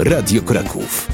Radio Kraków.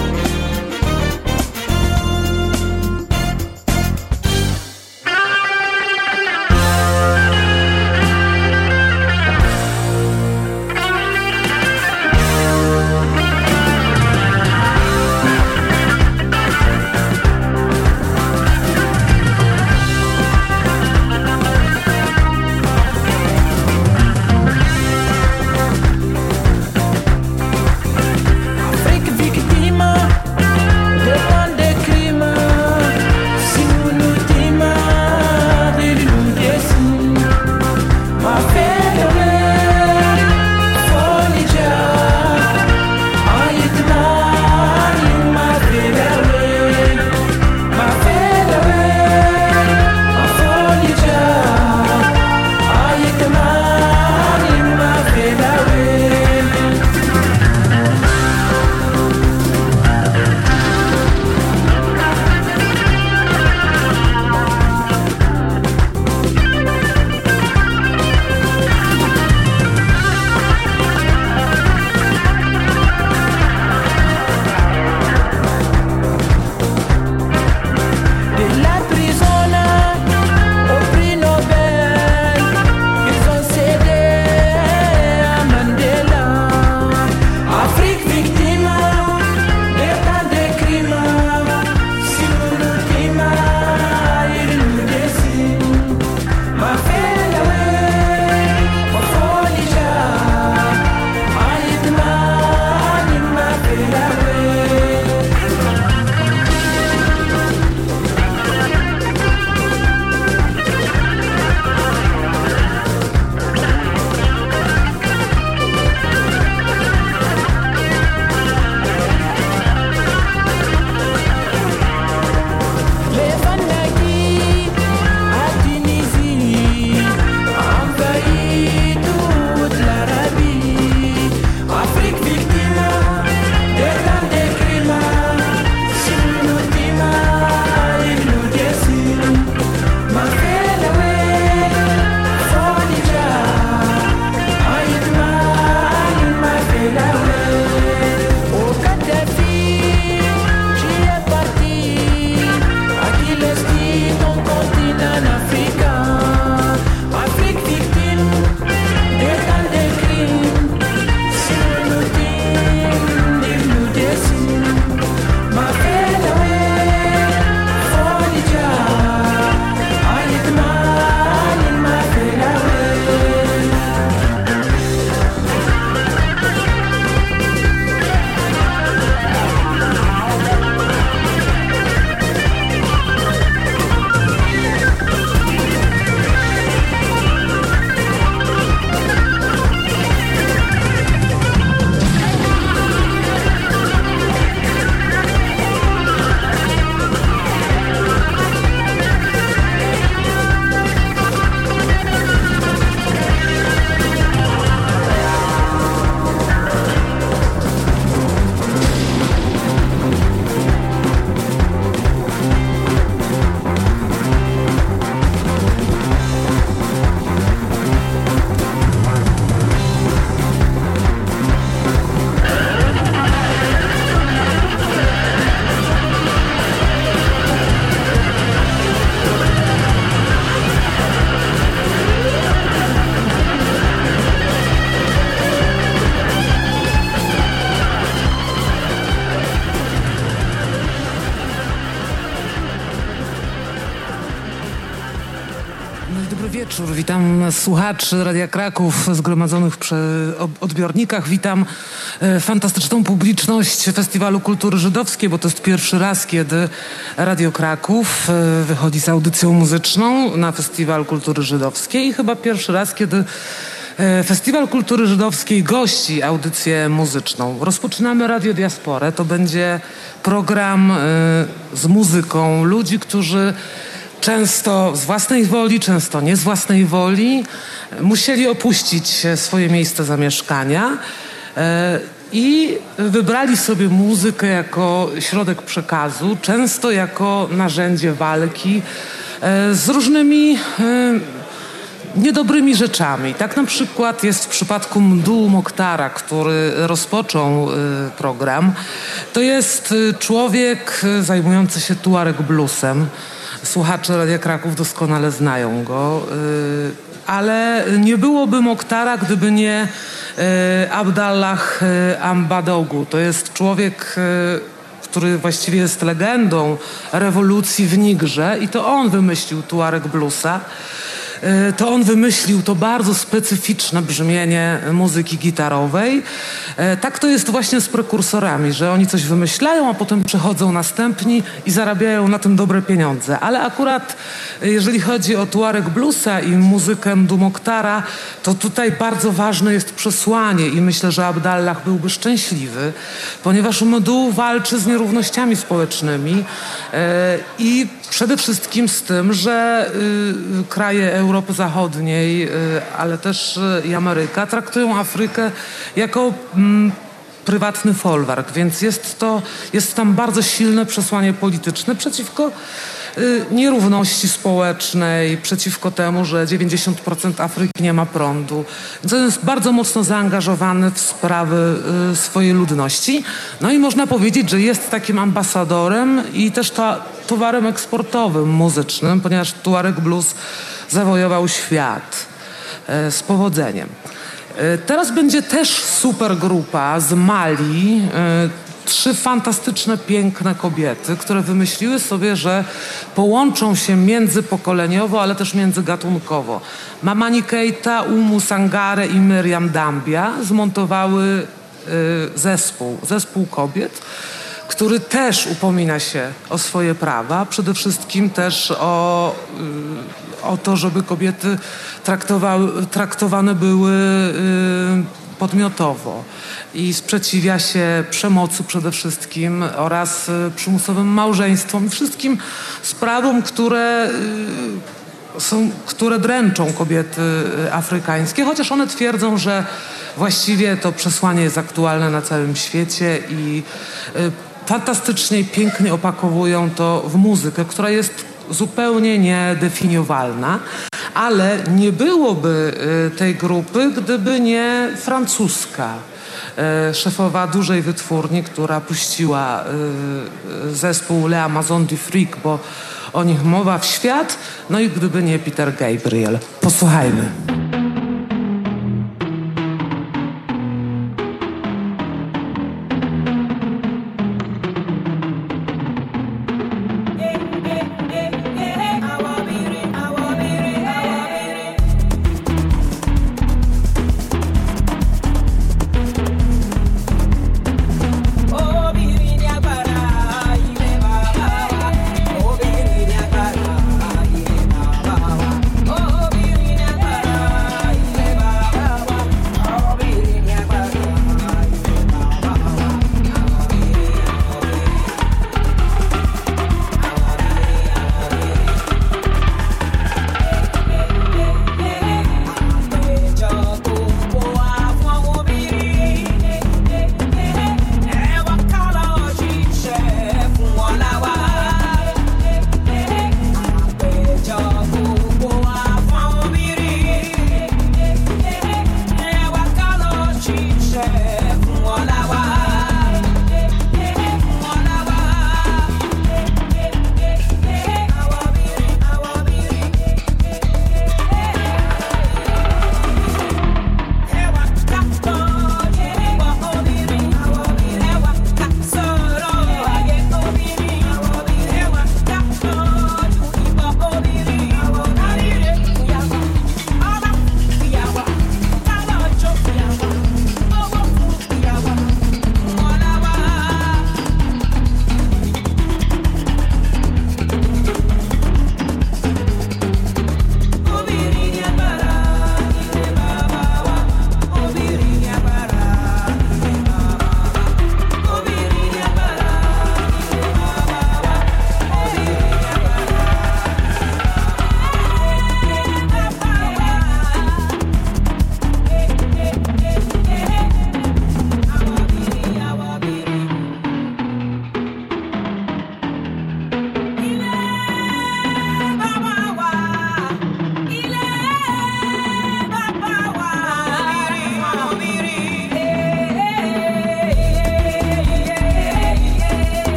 wieczór. Witam słuchaczy Radia Kraków zgromadzonych przy odbiornikach. Witam fantastyczną publiczność Festiwalu Kultury Żydowskiej, bo to jest pierwszy raz, kiedy Radio Kraków wychodzi z audycją muzyczną na Festiwal Kultury Żydowskiej i chyba pierwszy raz, kiedy Festiwal Kultury Żydowskiej gości audycję muzyczną. Rozpoczynamy Radio Diasporę. To będzie program z muzyką ludzi, którzy często z własnej woli, często nie z własnej woli musieli opuścić swoje miejsce zamieszkania i wybrali sobie muzykę jako środek przekazu, często jako narzędzie walki z różnymi niedobrymi rzeczami. Tak na przykład jest w przypadku Mdou Mokhtara, który rozpoczął program. To jest człowiek zajmujący się Tuareg bluesem. Słuchacze Radia Kraków doskonale znają go. Ale nie byłoby Mokhtara, gdyby nie Abdallah Ambadogu. To jest człowiek, który właściwie jest legendą rewolucji w Nigrze i to on wymyślił Tuareg bluesa. To on wymyślił to bardzo specyficzne brzmienie muzyki gitarowej. Tak to jest właśnie z prekursorami, że oni coś wymyślają, a potem przychodzą następni i zarabiają na tym dobre pieniądze. Ale akurat jeżeli chodzi o Tuareg bluesa i muzykę Mdou Mokhtara, to tutaj bardzo ważne jest przesłanie i myślę, że Abdallah byłby szczęśliwy, ponieważ Mdou walczy z nierównościami społecznymi i przede wszystkim z tym, że kraje Europy Zachodniej, ale też i Ameryka traktują Afrykę jako prywatny folwark, więc jest tam bardzo silne przesłanie polityczne przeciwko nierówności społecznej, przeciwko temu, że 90% Afryki nie ma prądu. Więc on jest bardzo mocno zaangażowany w sprawy swojej ludności. No i można powiedzieć, że jest takim ambasadorem i też towarem eksportowym muzycznym, ponieważ Tuareg blues zawojował świat z powodzeniem. Teraz będzie też super grupa z Mali, 3 fantastyczne, piękne kobiety, które wymyśliły sobie, że połączą się międzypokoleniowo, ale też międzygatunkowo. Mamani Keita, Umu Sangare i Miriam Dambia zmontowały zespół kobiet, który też upomina się o swoje prawa, przede wszystkim też o to, żeby kobiety traktowane były podmiotowo i sprzeciwia się przemocy przede wszystkim oraz przymusowym małżeństwom i wszystkim sprawom, które dręczą kobiety afrykańskie, chociaż one twierdzą, że właściwie to przesłanie jest aktualne na całym świecie i fantastycznie i pięknie opakowują to w muzykę, która jest zupełnie niedefiniowalna, ale nie byłoby tej grupy, gdyby nie francuska szefowa dużej wytwórni, która puściła zespół Le Amazon du Fric, bo o nich mowa w świat, no i gdyby nie Peter Gabriel. Posłuchajmy. Oh,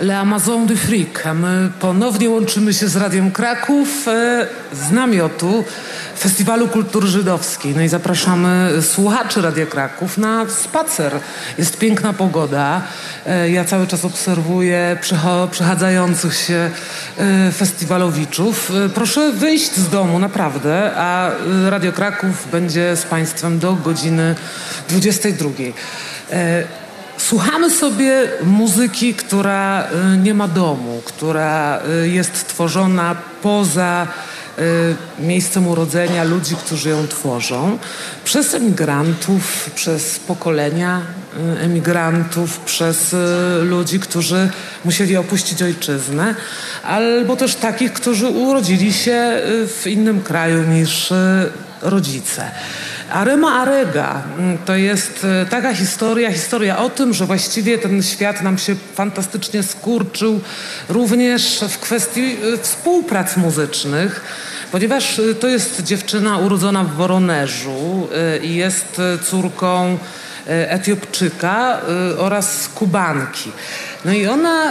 Le Amazon du Fric. A my ponownie łączymy się z Radiem Kraków z namiotu Festiwalu Kultury Żydowskiej. No i zapraszamy słuchaczy Radia Kraków na spacer. Jest piękna pogoda. Ja cały czas obserwuję przechadzających się festiwalowiczów. Proszę wyjść z domu, naprawdę, a Radio Kraków będzie z Państwem do godziny 22. Słuchamy sobie muzyki, która nie ma domu, która jest tworzona poza miejscem urodzenia ludzi, którzy ją tworzą, przez emigrantów, przez pokolenia emigrantów, przez ludzi, którzy musieli opuścić ojczyznę, albo też takich, którzy urodzili się w innym kraju niż rodzice. Arema Arega to jest taka historia o tym, że właściwie ten świat nam się fantastycznie skurczył również w kwestii współprac muzycznych, ponieważ to jest dziewczyna urodzona w Woronerzu i jest córką Etiopczyka oraz Kubanki. No i ona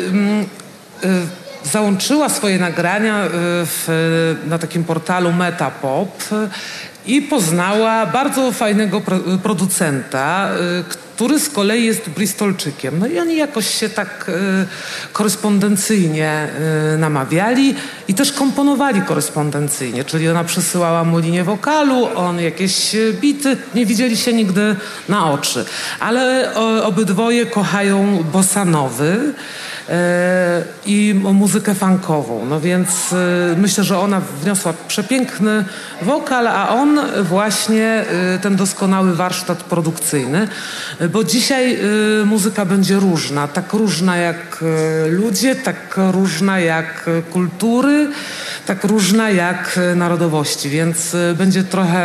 załączyła swoje nagrania na takim portalu Metapop i poznała bardzo fajnego producenta, który z kolei jest Bristolczykiem. No i oni jakoś się tak korespondencyjnie namawiali i też komponowali korespondencyjnie, czyli ona przesyłała mu linię wokalu, on jakieś bity, nie widzieli się nigdy na oczy. Ale obydwoje kochają bossanowy i muzykę funkową. No więc myślę, że ona wniosła przepiękny wokal, a on właśnie ten doskonały warsztat produkcyjny, bo dzisiaj muzyka będzie różna, tak różna jak ludzie, tak różna jak kultury, tak różna jak narodowości, więc będzie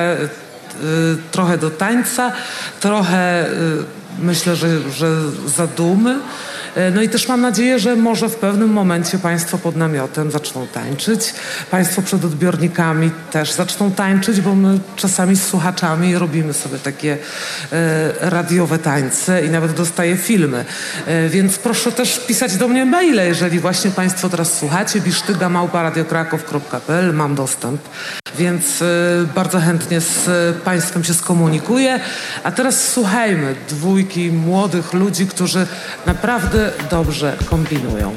trochę do tańca, trochę myślę, że zadumy. No i też mam nadzieję, że może w pewnym momencie Państwo pod namiotem zaczną tańczyć. Państwo przed odbiornikami też zaczną tańczyć, bo my czasami z słuchaczami robimy sobie takie radiowe tańce i nawet dostaję filmy. Więc proszę też pisać do mnie maile, jeżeli właśnie Państwo teraz słuchacie. bisztyga@radiokraków.pl, mam dostęp. Więc bardzo chętnie z Państwem się skomunikuję. A teraz słuchajmy dwójki młodych ludzi, którzy naprawdę dobrze kombinują.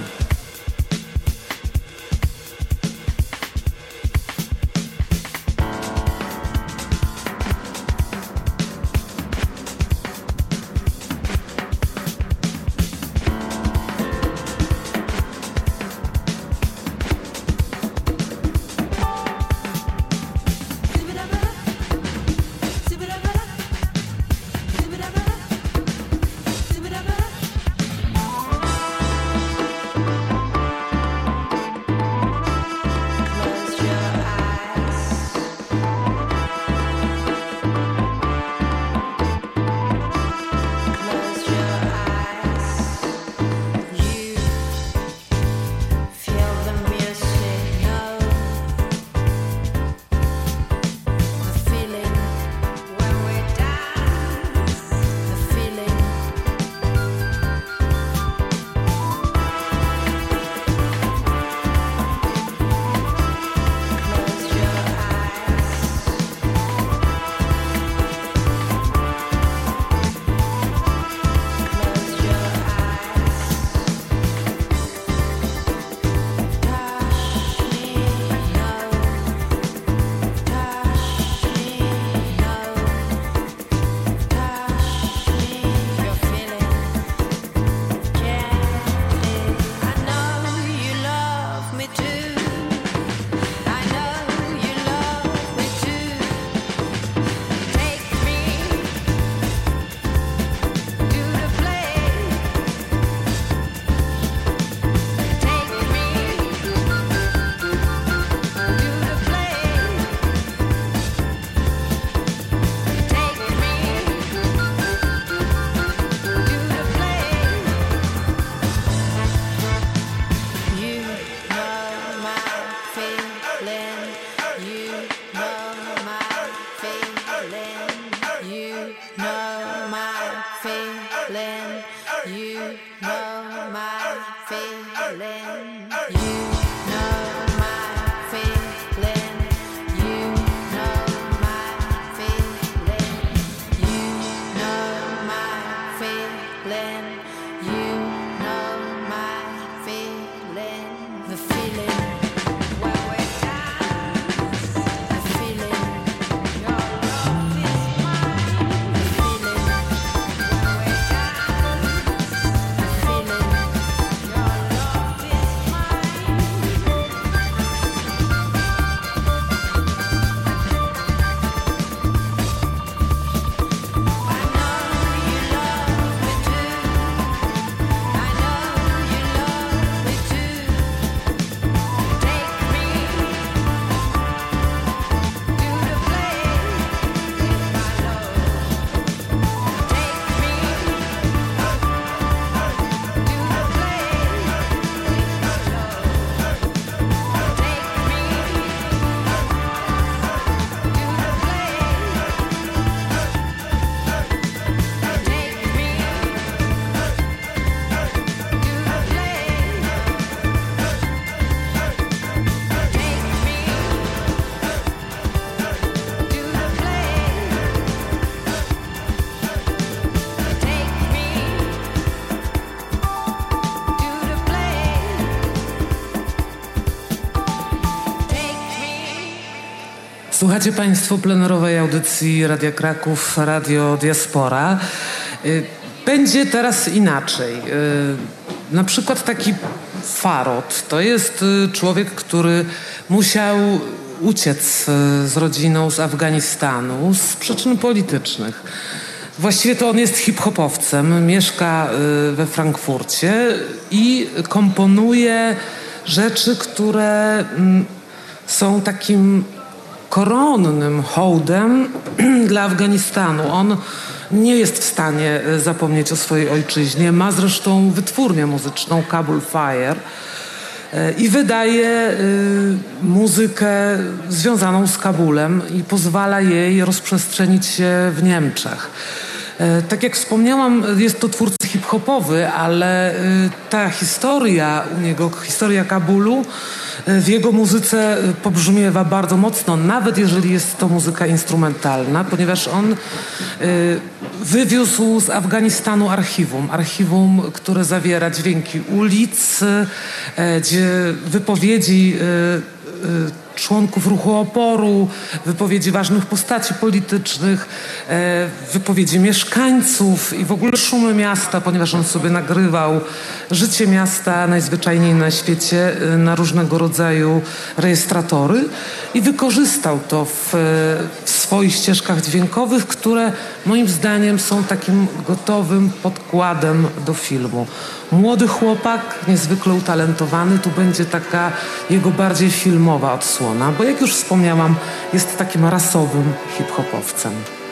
feeling, you know my feeling. Słuchacie Państwo plenerowej audycji Radia Kraków, Radio Diaspora. Będzie teraz inaczej. Na przykład taki Farod to jest człowiek, który musiał uciec z rodziną z Afganistanu z przyczyn politycznych. Właściwie to on jest hip-hopowcem, mieszka we Frankfurcie i komponuje rzeczy, które są takim koronnym hołdem dla Afganistanu. On nie jest w stanie zapomnieć o swojej ojczyźnie. Ma zresztą wytwórnię muzyczną Kabul Fire i wydaje muzykę związaną z Kabulem i pozwala jej rozprzestrzenić się w Niemczech. Tak jak wspomniałam, jest to twórca hip-hopowy, ale ta historia u niego, historia Kabulu, w jego muzyce pobrzmiewa bardzo mocno, nawet jeżeli jest to muzyka instrumentalna, ponieważ on wywiózł z Afganistanu archiwum, które zawiera dźwięki ulic, wypowiedzi członków ruchu oporu, wypowiedzi ważnych postaci politycznych, wypowiedzi mieszkańców i w ogóle szumy miasta, ponieważ on sobie nagrywał życie miasta najzwyczajniej na świecie na różnego rodzaju rejestratory i wykorzystał to w swoich ścieżkach dźwiękowych, które moim zdaniem są takim gotowym podkładem do filmu. Młody chłopak, niezwykle utalentowany, tu będzie taka jego bardziej filmowa odsłona, bo jak już wspomniałam, jest takim rasowym hip-hopowcem.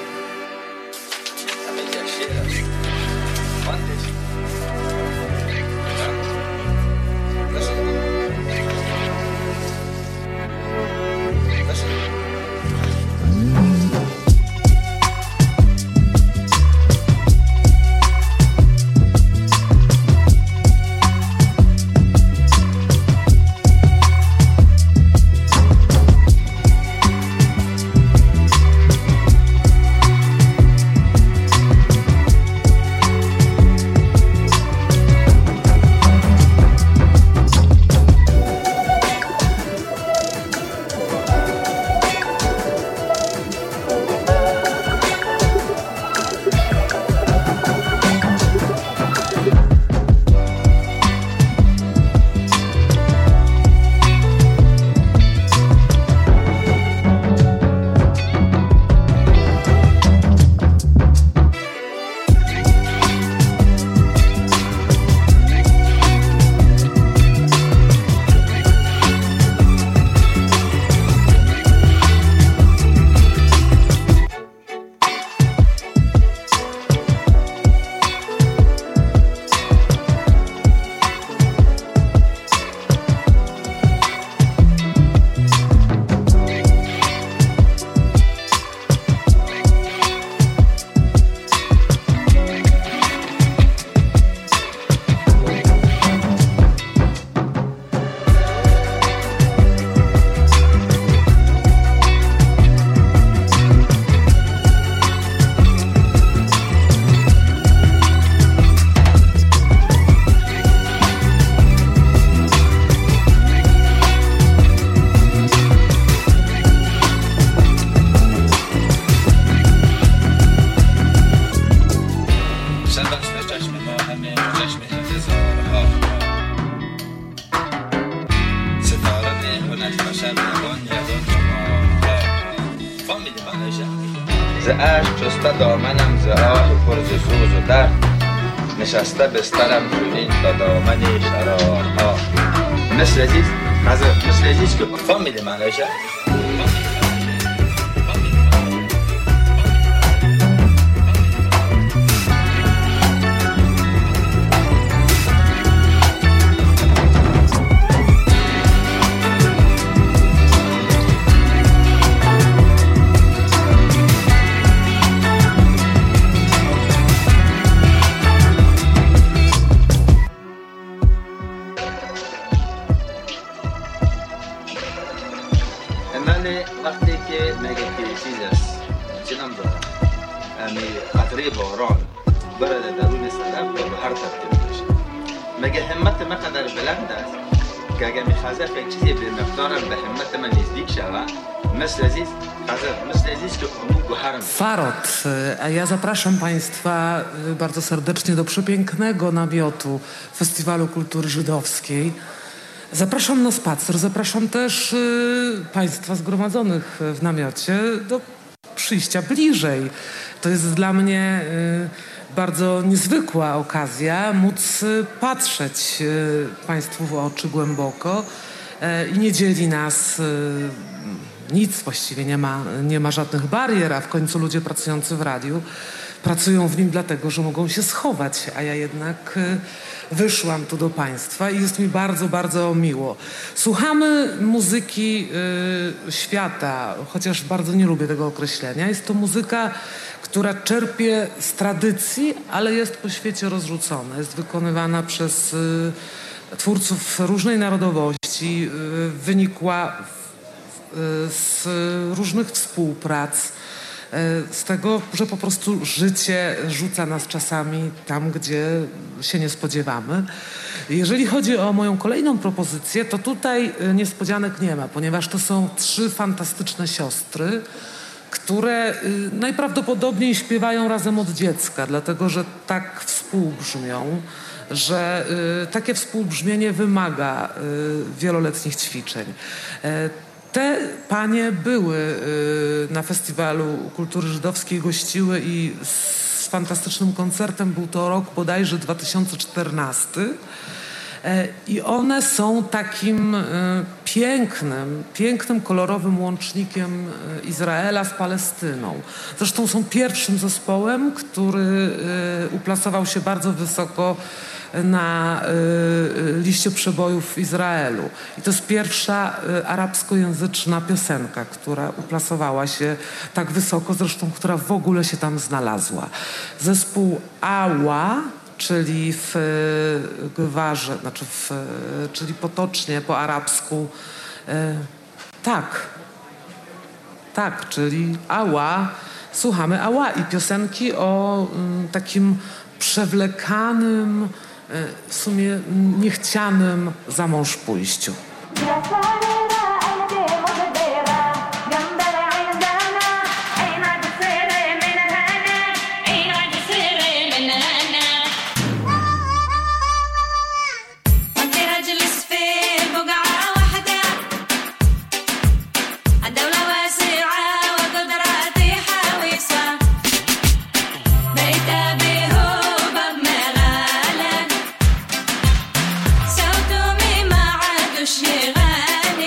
نشسته بسترم جونین تا دامن شرارها مثل عزیز که فهمیدی منشه مگه همت ما قدر بلند است كاجامي خازا في چیزی به مقدار به همت من نزدیک شود مثل عزیز که mógł harem. Farot, a ja zapraszam Państwa bardzo serdecznie do przepięknego namiotu Festiwalu Kultury Żydowskiej. Zapraszam na spacer, zapraszam też Państwa zgromadzonych w namiocie do przyjścia bliżej. To jest dla mnie bardzo niezwykła okazja móc patrzeć Państwu w oczy głęboko i nie dzieli nas nic, właściwie nie ma żadnych barier, a w końcu ludzie pracujący w radiu pracują w nim dlatego, że mogą się schować, a ja jednak wyszłam tu do Państwa i jest mi bardzo, bardzo miło. Słuchamy muzyki świata, chociaż bardzo nie lubię tego określenia. Jest to muzyka, która czerpie z tradycji, ale jest po świecie rozrzucona. Jest wykonywana przez twórców różnej narodowości, wynikła z różnych współprac, z tego, że po prostu życie rzuca nas czasami tam, gdzie się nie spodziewamy. Jeżeli chodzi o moją kolejną propozycję, to tutaj niespodzianek nie ma, ponieważ to są 3 fantastyczne siostry, które najprawdopodobniej śpiewają razem od dziecka, dlatego że tak współbrzmią, że takie współbrzmienie wymaga wieloletnich ćwiczeń. Te panie były na Festiwalu Kultury Żydowskiej, gościły i z fantastycznym koncertem, był to rok bodajże 2014. I one są takim pięknym, kolorowym łącznikiem Izraela z Palestyną. Zresztą są pierwszym zespołem, który uplasował się bardzo wysoko na liście przebojów w Izraelu. I to jest pierwsza arabskojęzyczna piosenka, która uplasowała się tak wysoko, zresztą która w ogóle się tam znalazła. Zespół Awa, czyli w gwarze, czyli potocznie po arabsku tak, czyli Awa. Słuchamy Awa i piosenki o takim przewlekanym, w sumie niechcianym za mąż pójściu. شغال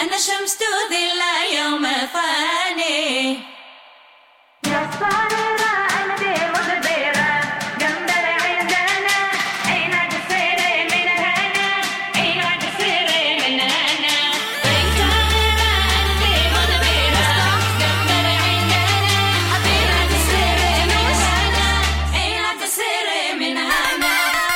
أنا شمس تذل يوم فاني يا صاررة أنا دي مدبرة جنبر عندنا أين تسيري من هنا أين تسيري من هنا وين صاررة أنا دي مدبرة جنبر عندنا أين تسيري من هنا أين تسيري من هنا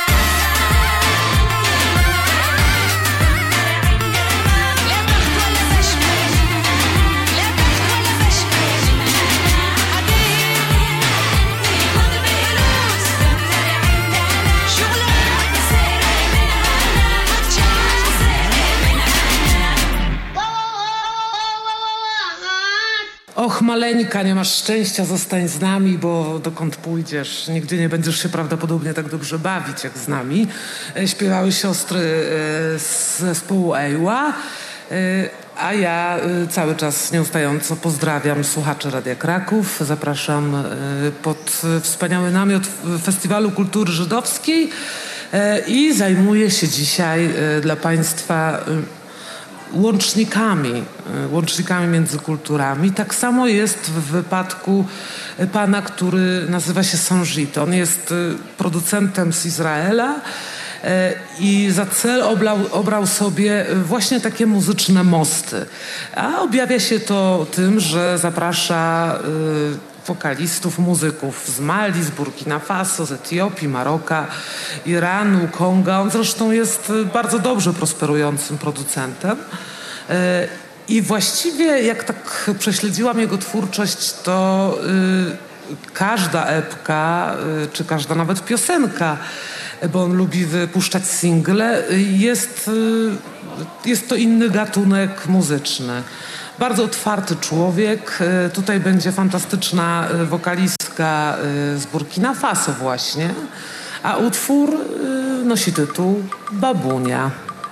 Och, maleńka, nie masz szczęścia, zostań z nami, bo dokąd pójdziesz, nigdzie nie będziesz się prawdopodobnie tak dobrze bawić jak z nami. Śpiewały siostry z zespołu Ewa, a ja cały czas nieustająco pozdrawiam słuchaczy Radia Kraków. Zapraszam pod wspaniały namiot Festiwalu Kultury Żydowskiej i zajmuję się dzisiaj dla Państwa łącznikami między kulturami. Tak samo jest w wypadku pana, który nazywa się Sanjit. On jest producentem z Izraela i za cel obrał sobie właśnie takie muzyczne mosty. A objawia się to tym, że zaprasza wokalistów, muzyków z Mali, z Burkina Faso, z Etiopii, Maroka, Iranu, Konga. On zresztą jest bardzo dobrze prosperującym producentem. I właściwie jak tak prześledziłam jego twórczość, to każda epka, czy każda nawet piosenka, bo on lubi wypuszczać single, jest to inny gatunek muzyczny. Bardzo otwarty człowiek. Tutaj będzie fantastyczna wokalistka z Burkina Faso właśnie, a utwór nosi tytuł Babunia.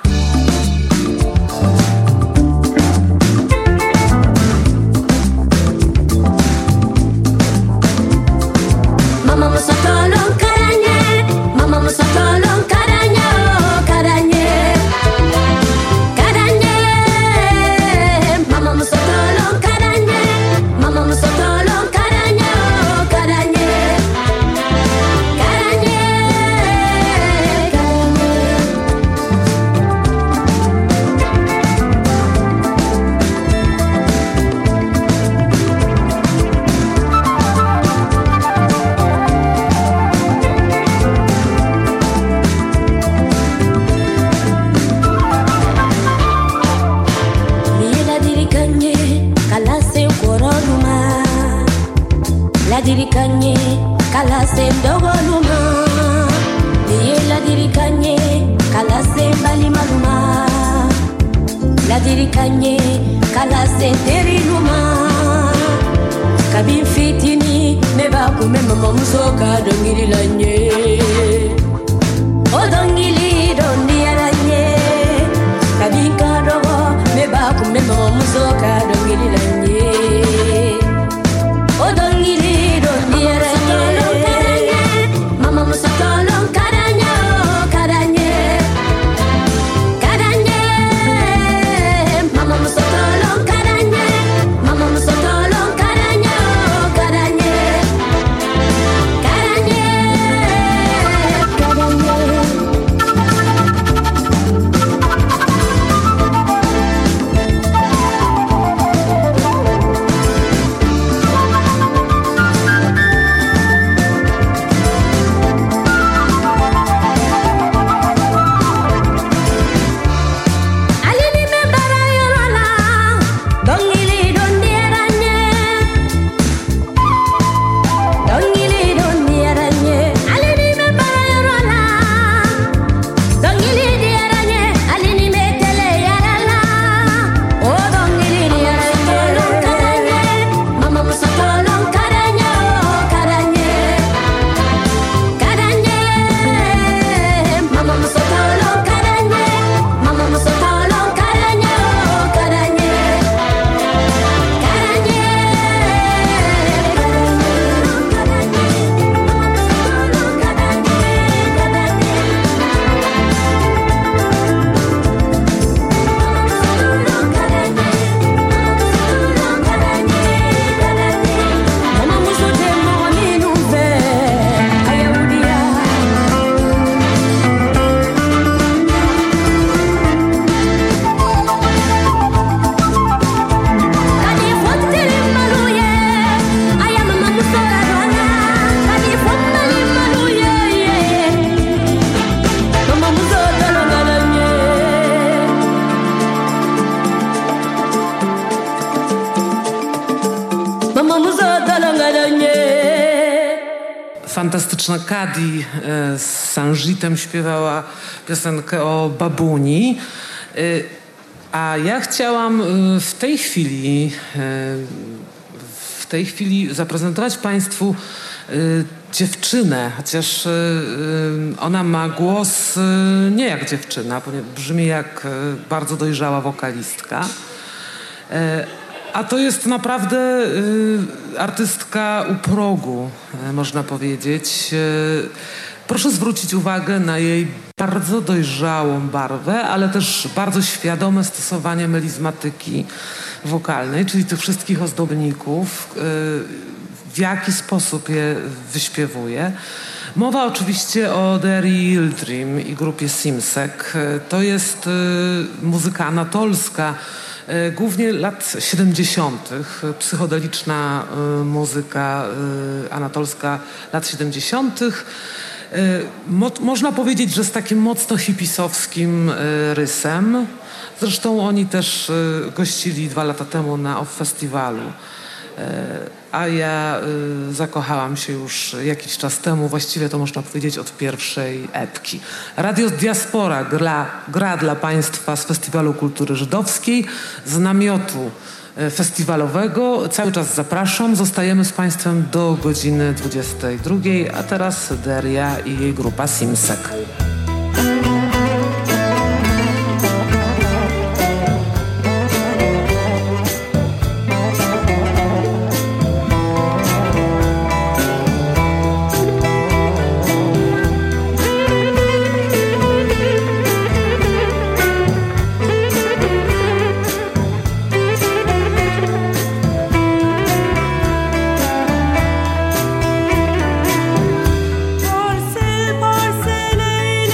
Mama musatolon karanye, mama musatolon karanye, karanye, karanye. Mama musatolon karanye, mama musatolon karanye, karanye, karanye, la dirikanye kala se ndogoluma ye la dirikanye kala se balimaluma la dirikanye kala se teriluma kabin fitini ne ba kume mama musoka dongililanye o dongili dondiaranye kabin kadogo ne ba kume mama musoka dongililanye o dongili mama musatolon karanye, karanye, karanye. Mama musatolon karanye, mama musatolon karanye, karanye, karanye, karanye. fantastyczna Kadi z Sanjitem śpiewała piosenkę o babuni. A ja chciałam w tej chwili zaprezentować Państwu dziewczynę, chociaż ona ma głos nie jak dziewczyna, brzmi jak bardzo dojrzała wokalistka. A to jest naprawdę artystka u progu, można powiedzieć. Proszę zwrócić uwagę na jej bardzo dojrzałą barwę, ale też bardzo świadome stosowanie melizmatyki wokalnej, czyli tych wszystkich ozdobników, w jaki sposób je wyśpiewuje. Mowa oczywiście o Deri Yildirim i grupie Simsek. To jest muzyka anatolska, głównie lat 70., psychodeliczna muzyka anatolska lat 70. Można powiedzieć, że z takim mocno hipisowskim rysem. Zresztą oni też gościli 2 lata temu na OFF Festiwalu. A ja zakochałam się już jakiś czas temu, właściwie to można powiedzieć od pierwszej epki. Radio Diaspora gra dla Państwa z Festiwalu Kultury Żydowskiej, z namiotu festiwalowego. Cały czas zapraszam, zostajemy z Państwem do godziny 22, a teraz Deria i jej grupa Simsek. Parsel parsel eyle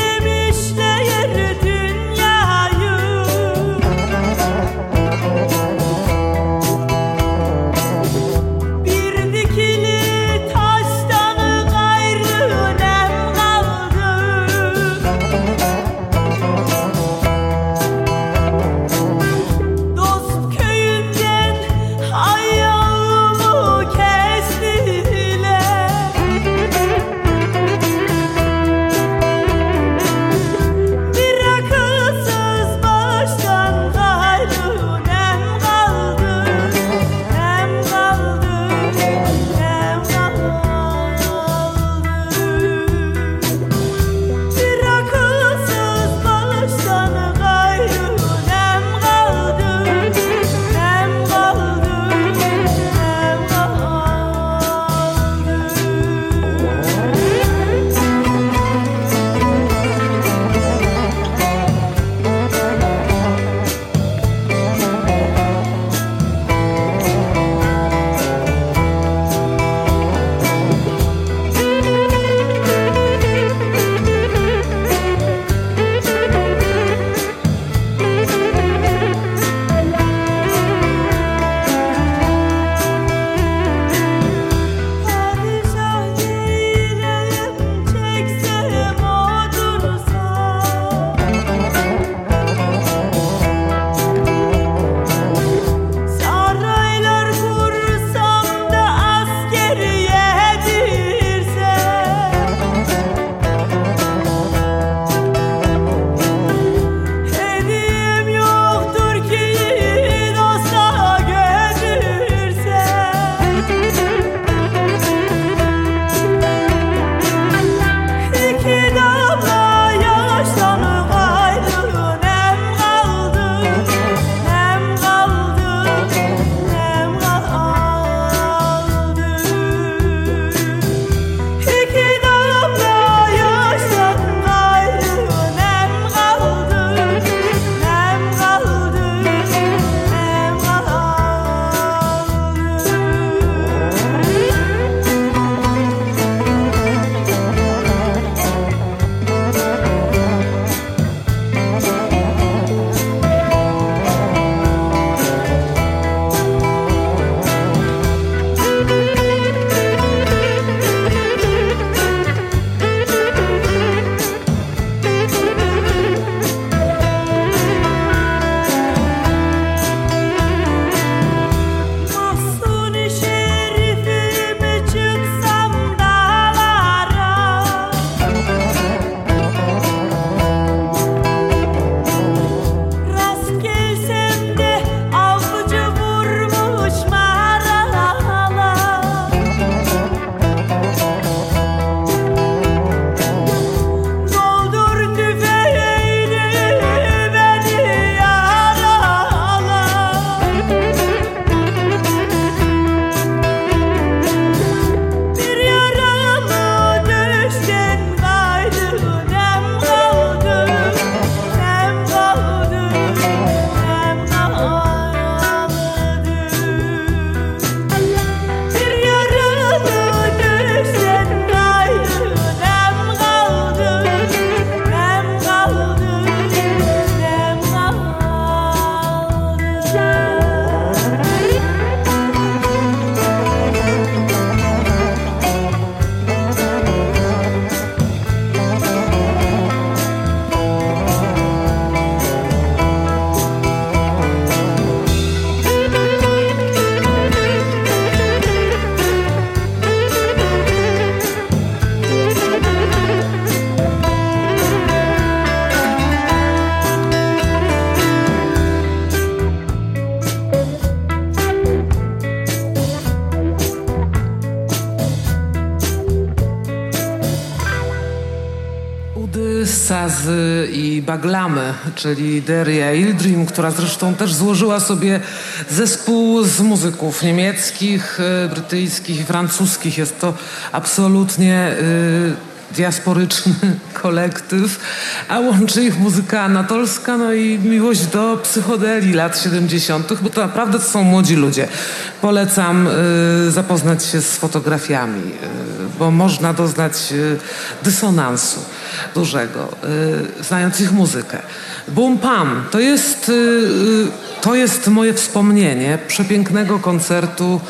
Sazy i Baglamy, czyli Deria Ildrim, która zresztą też złożyła sobie zespół z muzyków niemieckich, brytyjskich i francuskich. Jest to absolutnie diasporyczny kolektyw, a łączy ich muzyka anatolska, no i miłość do psychodelii lat 70., bo to naprawdę to są młodzi ludzie. Polecam zapoznać się z fotografiami, bo można doznać dysonansu dużego, znając ich muzykę. Bum Pam to jest moje wspomnienie przepięknego koncertu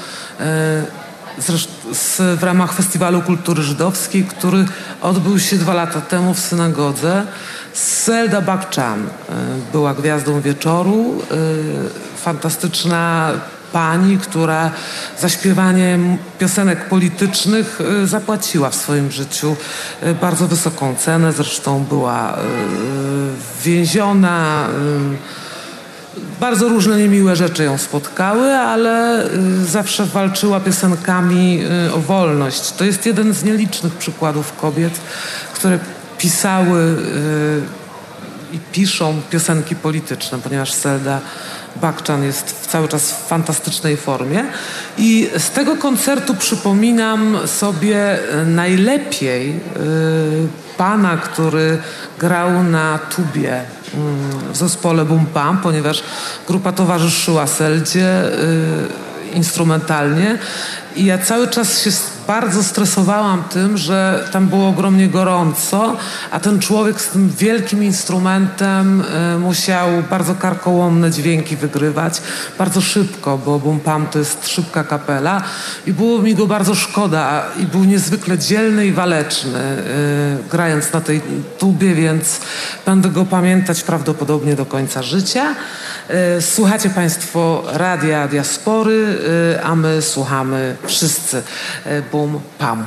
w ramach Festiwalu Kultury Żydowskiej, który odbył się 2 lata temu w synagodze. Zelda Bakchan była gwiazdą wieczoru. Fantastyczna pani, która za śpiewanie piosenek politycznych zapłaciła w swoim życiu bardzo wysoką cenę. Zresztą była więziona. Bardzo różne niemiłe rzeczy ją spotkały, ale zawsze walczyła piosenkami o wolność. To jest jeden z nielicznych przykładów kobiet, które pisały i piszą piosenki polityczne, ponieważ Zelda Bakchan jest cały czas w fantastycznej formie. I z tego koncertu przypominam sobie najlepiej pana, który grał na tubie w zespole Bum Pam, ponieważ grupa towarzyszyła Zeldzie instrumentalnie i ja cały czas się bardzo stresowałam tym, że tam było ogromnie gorąco, a ten człowiek z tym wielkim instrumentem musiał bardzo karkołomne dźwięki wygrywać bardzo szybko, bo Bum Pam to jest szybka kapela i było mi go bardzo szkoda i był niezwykle dzielny i waleczny grając na tej tubie, więc będę go pamiętać prawdopodobnie do końca życia. Słuchacie Państwo Radia Diaspory, a my słuchamy wszyscy Bum Pam.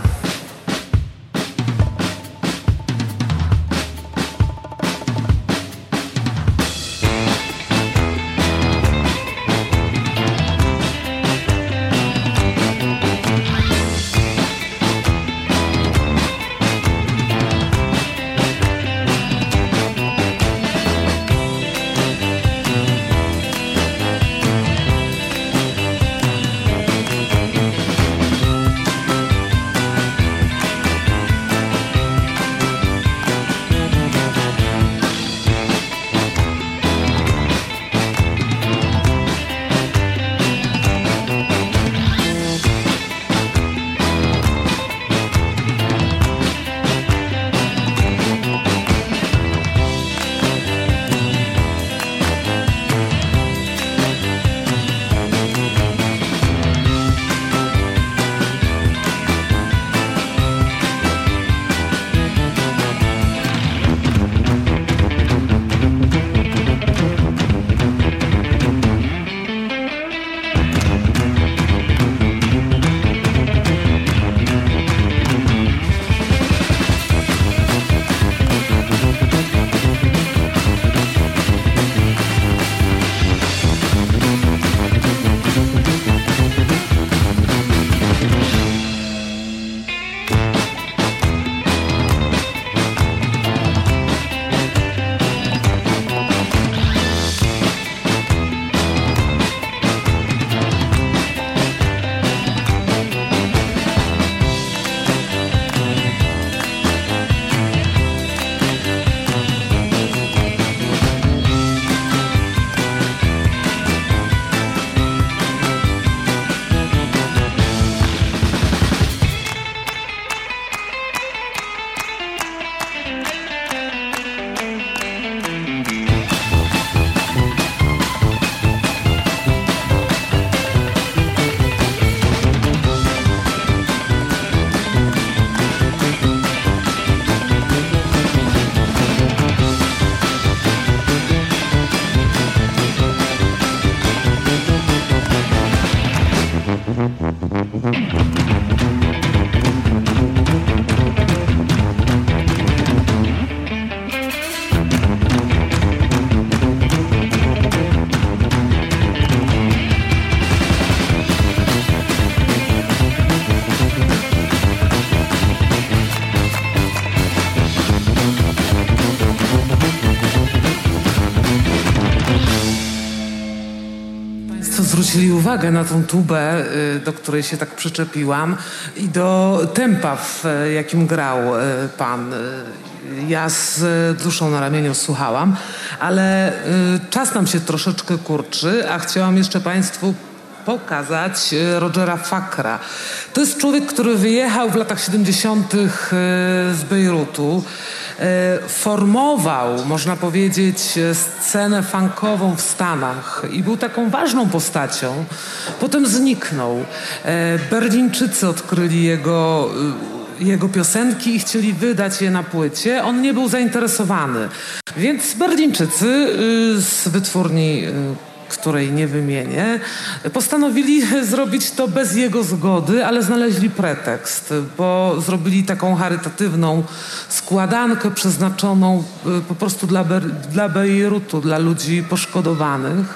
Państwo zwrócili uwagę na tą tubę, do której się tak przyczepiłam i do tempa, w jakim grał pan. Ja z duszą na ramieniu słuchałam, ale czas nam się troszeczkę kurczy, a chciałam jeszcze Państwu pokazać Rogera Fakra. To jest człowiek, który wyjechał w latach 70. z Bejrutu. Formował, można powiedzieć, scenę funkową w Stanach i był taką ważną postacią. Potem zniknął. Berlińczycy odkryli jego piosenki i chcieli wydać je na płycie. On nie był zainteresowany. Więc Berlińczycy z wytwórni, której nie wymienię, postanowili zrobić to bez jego zgody, ale znaleźli pretekst, bo zrobili taką charytatywną składankę przeznaczoną po prostu dla Bejrutu, dla ludzi poszkodowanych.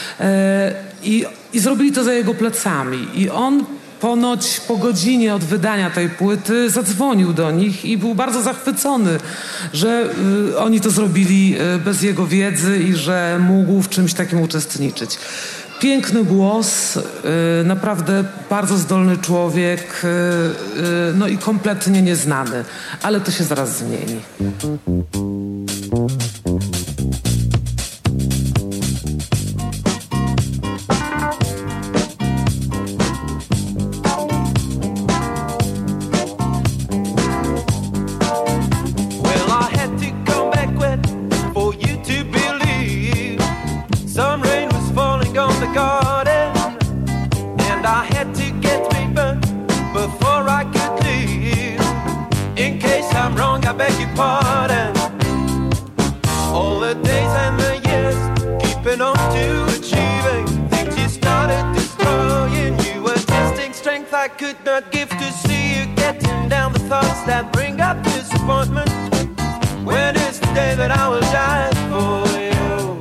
I zrobili to za jego plecami. I on ponoć po godzinie od wydania tej płyty zadzwonił do nich i był bardzo zachwycony, że oni to zrobili bez jego wiedzy i że mógł w czymś takim uczestniczyć. Piękny głos, naprawdę bardzo zdolny człowiek, no i kompletnie nieznany, ale to się zaraz zmieni. I could not give to see you getting down the thoughts that bring up disappointment. When is the day that I will die for you?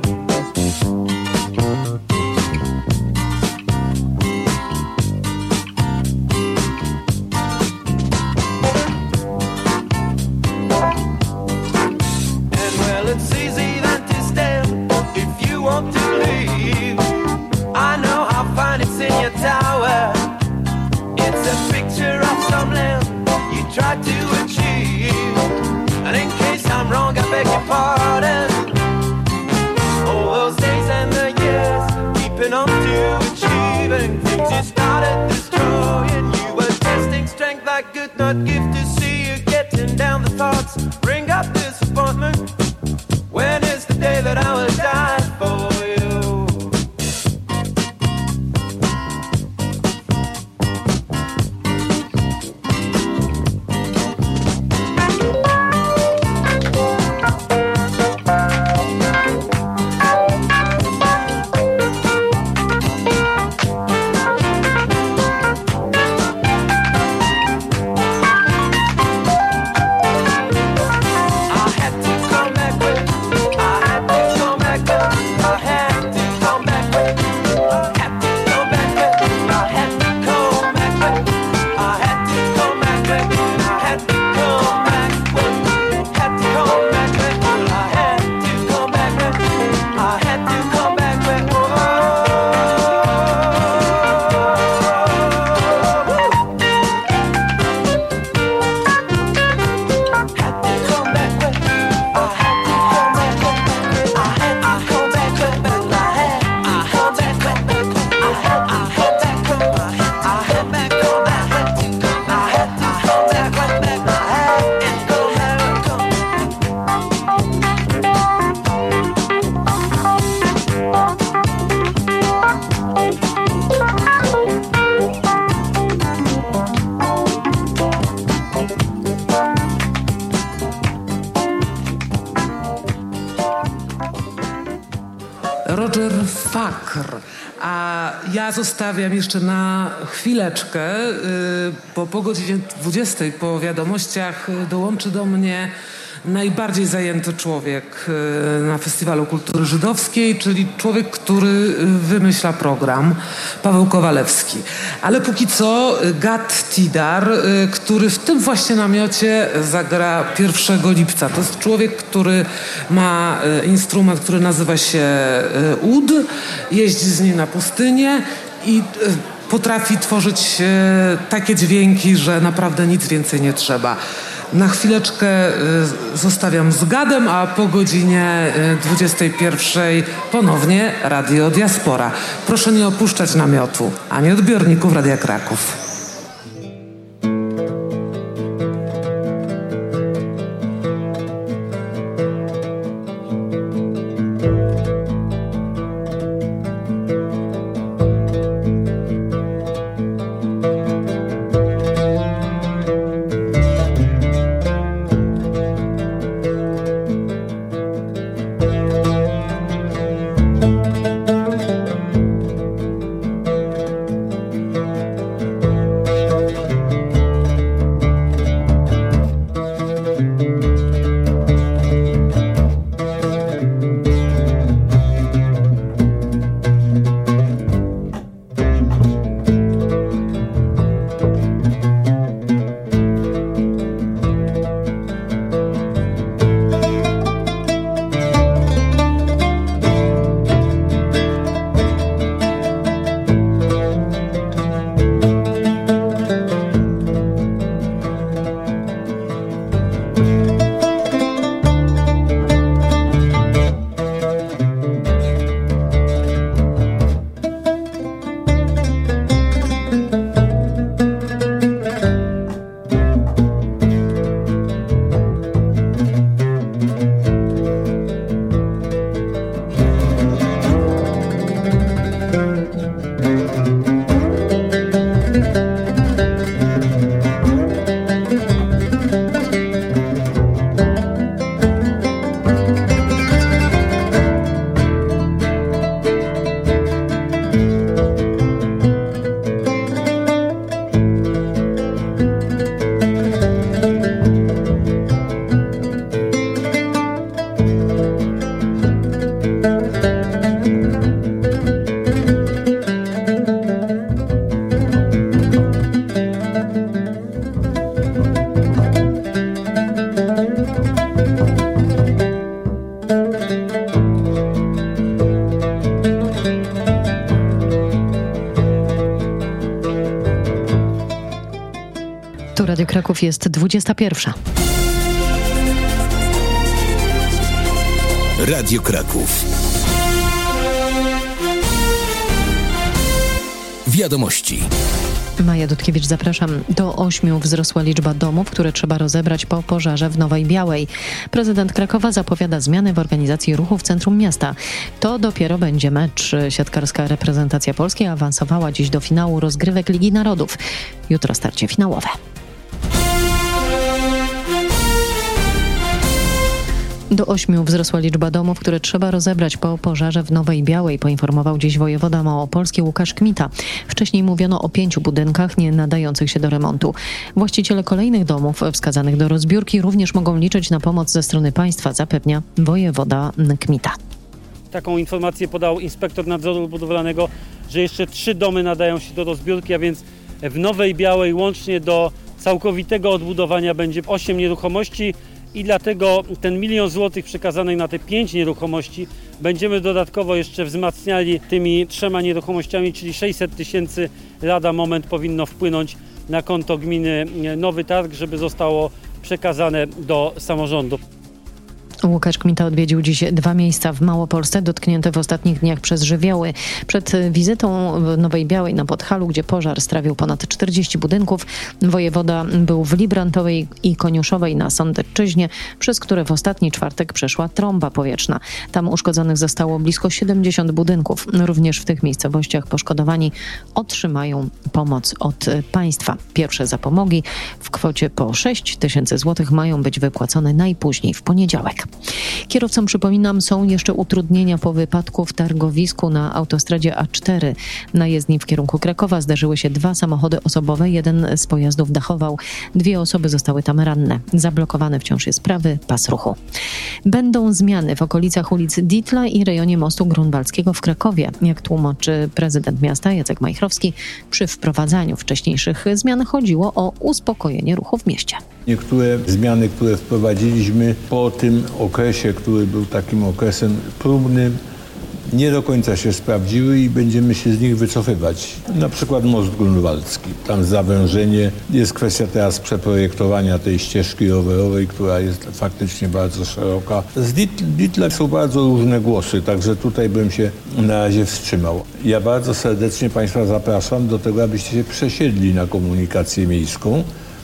And well, it's easy then to stand if you want to leave. I know how fine it's in your tower. It's a picture of some land you tried to achieve. And in case I'm wrong, I beg your pardon. All those days and the years, keeping on to achieving things you started destroying. You were testing strength I could not give to see you getting down the thoughts, bring up disappointment. When is the day that I will die for you? Roger Fakr. A ja zostawiam jeszcze na chwileczkę, bo po godzinie 20 po wiadomościach dołączy do mnie najbardziej zajęty człowiek na Festiwalu Kultury Żydowskiej, czyli człowiek, który wymyśla program, Paweł Kowalewski. Ale póki co Gad Tidar, który w tym właśnie namiocie zagra 1 lipca. To jest człowiek, który ma instrument, który nazywa się ud, jeździ z nim na pustynię i potrafi tworzyć takie dźwięki, że naprawdę nic więcej nie trzeba. Na chwileczkę zostawiam z Gadem, a po godzinie 21 ponownie Radio Diaspora. Proszę nie opuszczać namiotu, ani odbiorników Radia Kraków. Tu Radio Kraków, jest 21. Radio Kraków. Wiadomości. Maja Dudkiewicz, zapraszam. Do 8 wzrosła liczba domów, które trzeba rozebrać po pożarze w Nowej Białej. Prezydent Krakowa zapowiada zmiany w organizacji ruchu w centrum miasta. To dopiero będzie mecz. Siatkarska reprezentacja Polski awansowała dziś do finału rozgrywek Ligi Narodów. Jutro starcie finałowe. Do 8 wzrosła liczba domów, które trzeba rozebrać po pożarze w Nowej Białej, poinformował dziś wojewoda małopolski Łukasz Kmita. Wcześniej mówiono o 5 budynkach nie nadających się do remontu. Właściciele kolejnych domów wskazanych do rozbiórki również mogą liczyć na pomoc ze strony państwa, zapewnia wojewoda Kmita. Taką informację podał inspektor nadzoru budowlanego, że jeszcze 3 domy nadają się do rozbiórki, a więc w Nowej Białej łącznie do całkowitego odbudowania będzie 8 nieruchomości. I dlatego ten 1 000 000 złotych przekazanych na te 5 nieruchomości będziemy dodatkowo jeszcze wzmacniali tymi 3 nieruchomościami, czyli 600 000 lada moment powinno wpłynąć na konto gminy Nowy Targ, żeby zostało przekazane do samorządu. Łukasz Kmita odwiedził dziś 2 miejsca w Małopolsce dotknięte w ostatnich dniach przez żywioły. Przed wizytą w Nowej Białej na Podhalu, gdzie pożar strawił ponad 40 budynków, wojewoda był w Librantowej i Koniuszowej na Sądecczyźnie, przez które w ostatni czwartek przeszła trąba powietrzna. Tam uszkodzonych zostało blisko 70 budynków. Również w tych miejscowościach poszkodowani otrzymają pomoc od państwa. Pierwsze zapomogi w kwocie po 6 000 złotych mają być wypłacone najpóźniej w poniedziałek. Kierowcom, przypominam, są jeszcze utrudnienia po wypadku w targowisku na autostradzie A4. Na jezdni w kierunku Krakowa zdarzyły się 2 samochody osobowe, jeden z pojazdów dachował. 2 osoby zostały tam ranne. Zablokowany wciąż jest prawy pas ruchu. Będą zmiany w okolicach ulic Ditla i rejonie mostu Grunwaldzkiego w Krakowie. Jak tłumaczy prezydent miasta Jacek Majchrowski, przy wprowadzaniu wcześniejszych zmian chodziło o uspokojenie ruchu w mieście. Niektóre zmiany, które wprowadziliśmy po tym okresie, który był takim okresem próbnym, nie do końca się sprawdziły i będziemy się z nich wycofywać. Na przykład most grunwaldzki. Tam zawężenie. Jest kwestia teraz przeprojektowania tej ścieżki rowerowej, która jest faktycznie bardzo szeroka. Z Ditla są bardzo różne głosy, także tutaj bym się na razie wstrzymał. Ja bardzo serdecznie Państwa zapraszam do tego, abyście się przesiedli na komunikację miejską.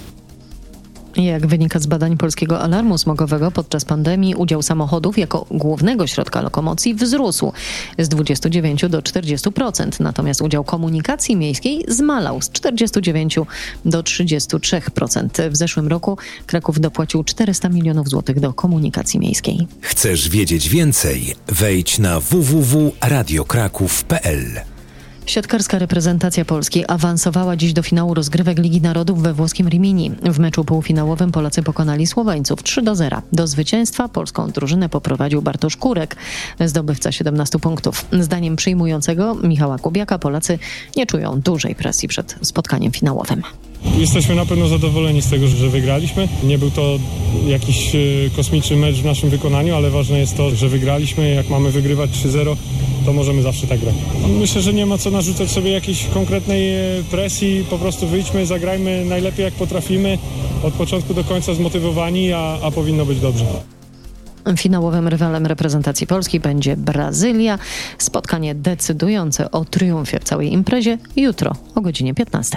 Jak wynika z badań Polskiego Alarmu Smogowego, podczas pandemii udział samochodów jako głównego środka lokomocji wzrósł z 29 do 40%, natomiast udział komunikacji miejskiej zmalał z 49 do 33%. W zeszłym roku Kraków dopłacił 400 milionów złotych do komunikacji miejskiej. Chcesz wiedzieć więcej? Wejdź na www.radiokraków.pl. Siatkarska reprezentacja Polski awansowała dziś do finału rozgrywek Ligi Narodów we włoskim Rimini. W meczu półfinałowym Polacy pokonali Słoweńców 3-0. Do zwycięstwa polską drużynę poprowadził Bartosz Kurek, zdobywca 17 punktów. Zdaniem przyjmującego Michała Kubiaka Polacy nie czują dużej presji przed spotkaniem finałowym. Jesteśmy na pewno zadowoleni z tego, że wygraliśmy. Nie był to jakiś kosmiczny mecz w naszym wykonaniu, ale ważne jest to, że wygraliśmy. Jak mamy wygrywać 3-0, to możemy zawsze tak grać. Myślę, że nie ma co narzucać sobie jakiejś konkretnej presji. Po prostu wyjdźmy, zagrajmy najlepiej jak potrafimy. Od początku do końca zmotywowani, a powinno być dobrze. Finałowym rywalem reprezentacji Polski będzie Brazylia. Spotkanie decydujące o triumfie w całej imprezie jutro o godzinie 15.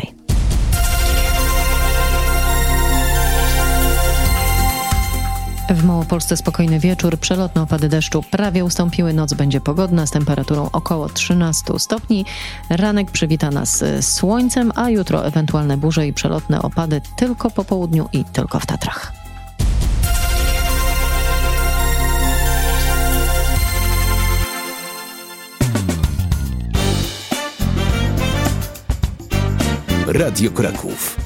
W Małopolsce spokojny wieczór, przelotne opady deszczu prawie ustąpiły, noc będzie pogodna z temperaturą około 13 stopni. Ranek przywita nas słońcem, a jutro ewentualne burze i przelotne opady tylko po południu i tylko w Tatrach. Radio Kraków.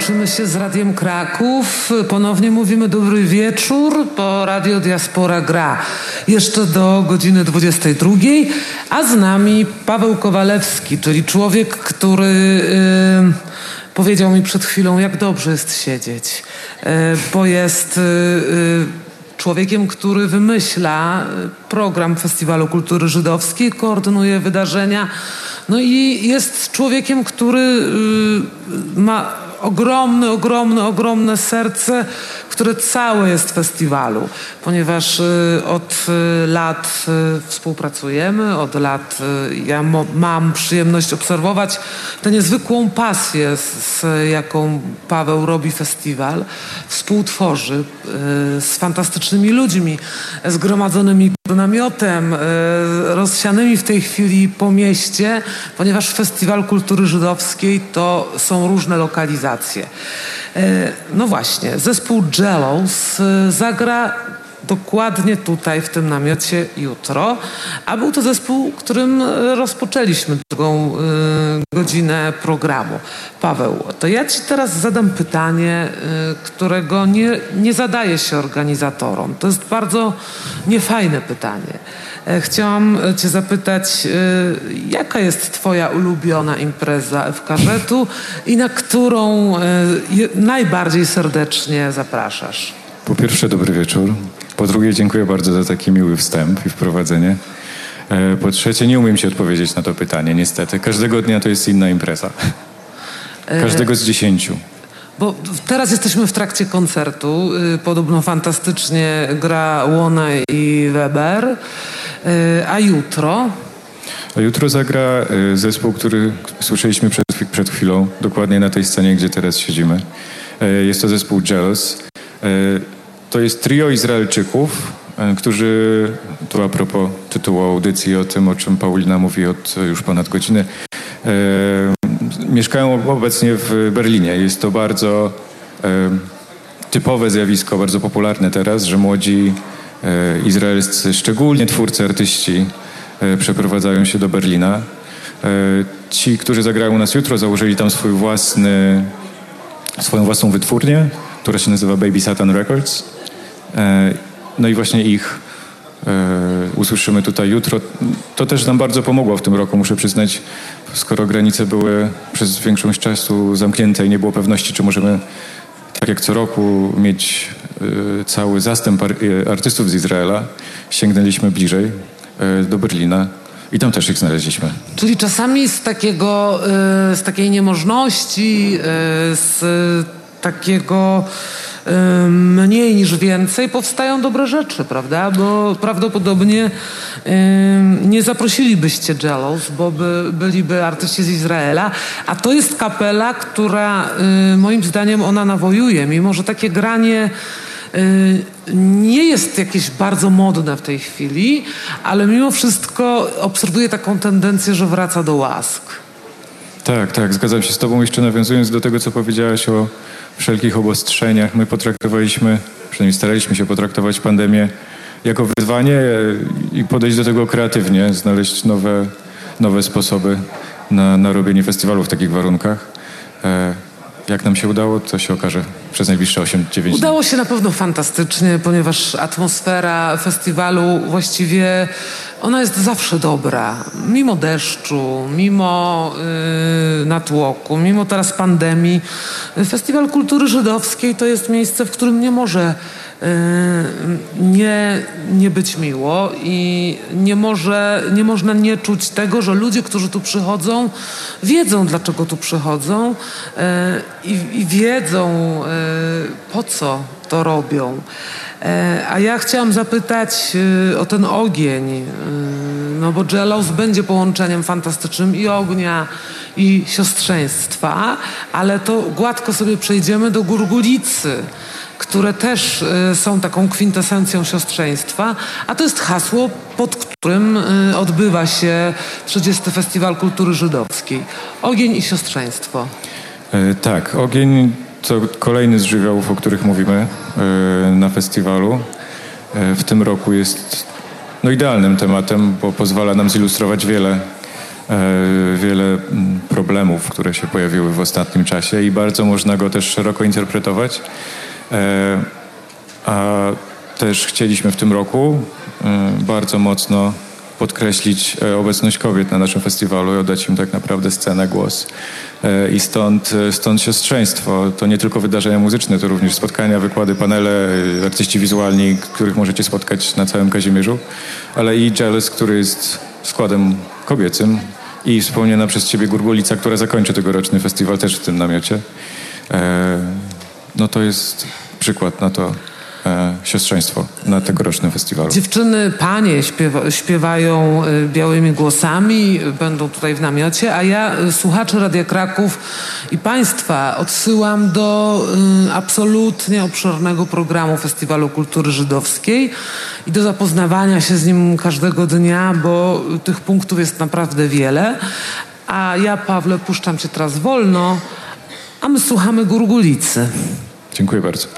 Łączymy się z Radiem Kraków. Ponownie mówimy dobry wieczór, bo Radio Diaspora gra jeszcze do godziny 22. A z nami Paweł Kowalewski, czyli człowiek, który powiedział mi przed chwilą, jak dobrze jest siedzieć, bo jest człowiekiem, który wymyśla program Festiwalu Kultury Żydowskiej, koordynuje wydarzenia, no i jest człowiekiem, który ma ogromne serce, które całe jest w festiwalu, ponieważ od lat współpracujemy, od lat ja mam przyjemność obserwować tę niezwykłą pasję, z jaką Paweł robi festiwal, współtworzy z fantastycznymi ludźmi, zgromadzonymi pod namiotem, rozsianymi w tej chwili po mieście, ponieważ Festiwal Kultury Żydowskiej to są różne lokalizacje. No właśnie, zespół Jellos zagra dokładnie tutaj w tym namiocie jutro, a był to zespół, którym rozpoczęliśmy drugą godzinę programu. Paweł, to ja ci teraz zadam pytanie, którego nie zadaje się organizatorom. To jest bardzo niefajne pytanie. Chciałam cię zapytać, jaka jest twoja ulubiona impreza FKŻ-u i na którą najbardziej serdecznie zapraszasz? Po pierwsze, dobry wieczór. Po drugie, dziękuję bardzo za taki miły wstęp i wprowadzenie. Po trzecie, nie umiem ci odpowiedzieć na to pytanie, niestety. Każdego dnia to jest inna impreza. Każdego z 10. Bo teraz jesteśmy w trakcie koncertu. Podobno fantastycznie gra Łona i Weber. A jutro? A jutro zagra zespół, który słyszeliśmy przed chwilą, dokładnie na tej scenie, gdzie teraz siedzimy. Jest to zespół Jellos. To jest trio Izraelczyków, którzy, tu a propos tytułu audycji, o tym, o czym Paulina mówi od już ponad godziny, mieszkają obecnie w Berlinie. Jest to bardzo typowe zjawisko, bardzo popularne teraz, że młodzi izraelscy, szczególnie twórcy, artyści przeprowadzają się do Berlina. Ci, którzy zagrają u nas jutro, założyli tam swoją własną wytwórnię, która się nazywa Baby Satan Records. No i właśnie ich usłyszymy tutaj jutro. To też nam bardzo pomogło w tym roku, muszę przyznać, skoro granice były przez większość czasu zamknięte i nie było pewności, czy możemy, tak jak co roku, mieć cały zastęp artystów z Izraela. Sięgnęliśmy bliżej do Berlina i tam też ich znaleźliśmy. Czyli czasami z takiej niemożności, z takiego mniej niż więcej powstają dobre rzeczy, prawda? Bo prawdopodobnie nie zaprosilibyście Jellos, bo byliby artyści z Izraela, a to jest kapela, która moim zdaniem ona nawojuje, mimo że takie granie nie jest jakieś bardzo modne w tej chwili, ale mimo wszystko obserwuję taką tendencję, że wraca do łask. Tak, zgadzam się z tobą. Jeszcze nawiązując do tego, co powiedziałaś o wszelkich obostrzeniach, my potraktowaliśmy, przynajmniej staraliśmy się potraktować pandemię jako wyzwanie i podejść do tego kreatywnie, znaleźć nowe sposoby na robienie festiwalu w takich warunkach. Jak nam się udało, to się okaże przez najbliższe 8-9 dni. Udało się na pewno fantastycznie, ponieważ atmosfera festiwalu właściwie ona jest zawsze dobra. Mimo deszczu, mimo natłoku, mimo teraz pandemii. Festiwal Kultury Żydowskiej to jest miejsce, w którym nie może nie być miło i nie można nie czuć tego, że ludzie, którzy tu przychodzą, wiedzą, dlaczego tu przychodzą i wiedzą, po co to robią. A ja chciałam zapytać o ten ogień, no bo Jellos będzie połączeniem fantastycznym i ognia, i siostrzeństwa, ale to gładko sobie przejdziemy do Gurgulicy, które też są taką kwintesencją siostrzeństwa, a to jest hasło, pod którym odbywa się 30. Festiwal Kultury Żydowskiej. Ogień i siostrzeństwo. Tak, ogień to kolejny z żywiołów, o których mówimy na festiwalu. W tym roku jest idealnym tematem, bo pozwala nam zilustrować wiele wiele problemów, które się pojawiły w ostatnim czasie i bardzo można go też szeroko interpretować. A też chcieliśmy w tym roku bardzo mocno podkreślić obecność kobiet na naszym festiwalu i oddać im tak naprawdę scenę, głos. I stąd siostrzeństwo. To nie tylko wydarzenia muzyczne, to również spotkania, wykłady, panele, artyści wizualni, których możecie spotkać na całym Kazimierzu, ale i Jealous, który jest składem kobiecym i wspomniana przez ciebie Gurgulica, która zakończy tegoroczny festiwal też w tym namiocie. No to jest przykład na to siostrzeństwo na tegorocznym festiwalu. Dziewczyny, panie śpiewają białymi głosami, będą tutaj w namiocie, a ja słuchaczy Radia Kraków i państwa odsyłam do absolutnie obszernego programu Festiwalu Kultury Żydowskiej i do zapoznawania się z nim każdego dnia, bo tych punktów jest naprawdę wiele. A ja, Pawle, puszczam cię teraz wolno, a my słuchamy Gurgulicy. Dziękuję bardzo.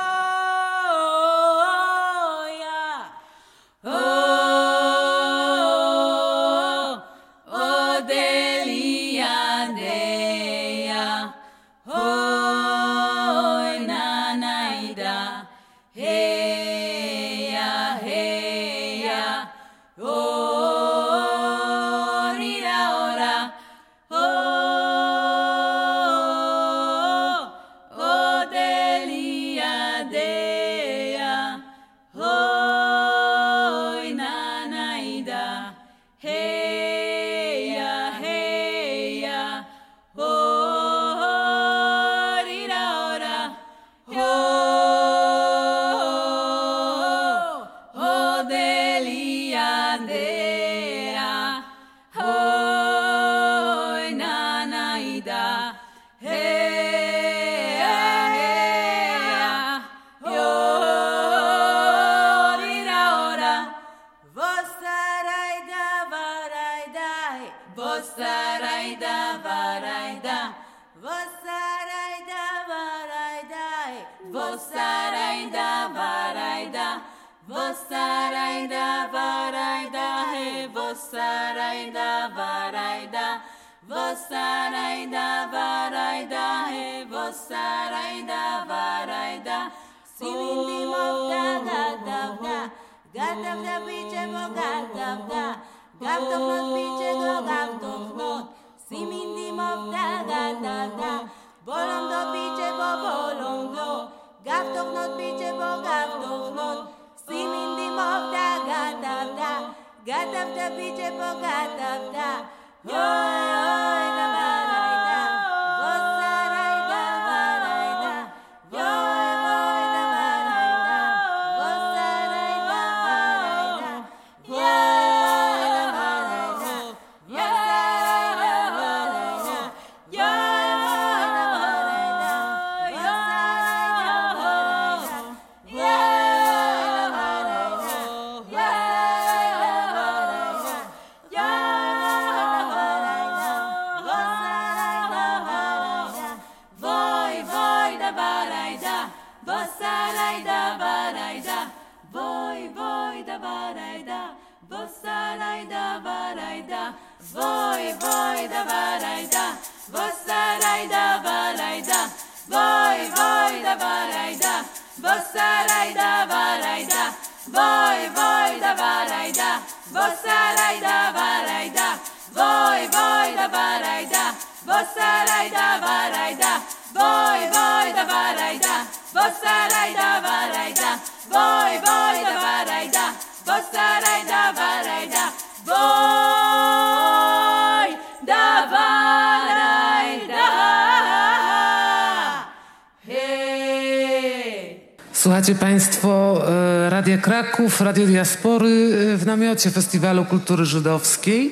Słuchacie państwo Radia Kraków, Radio Diaspory w namiocie Festiwalu Kultury Żydowskiej.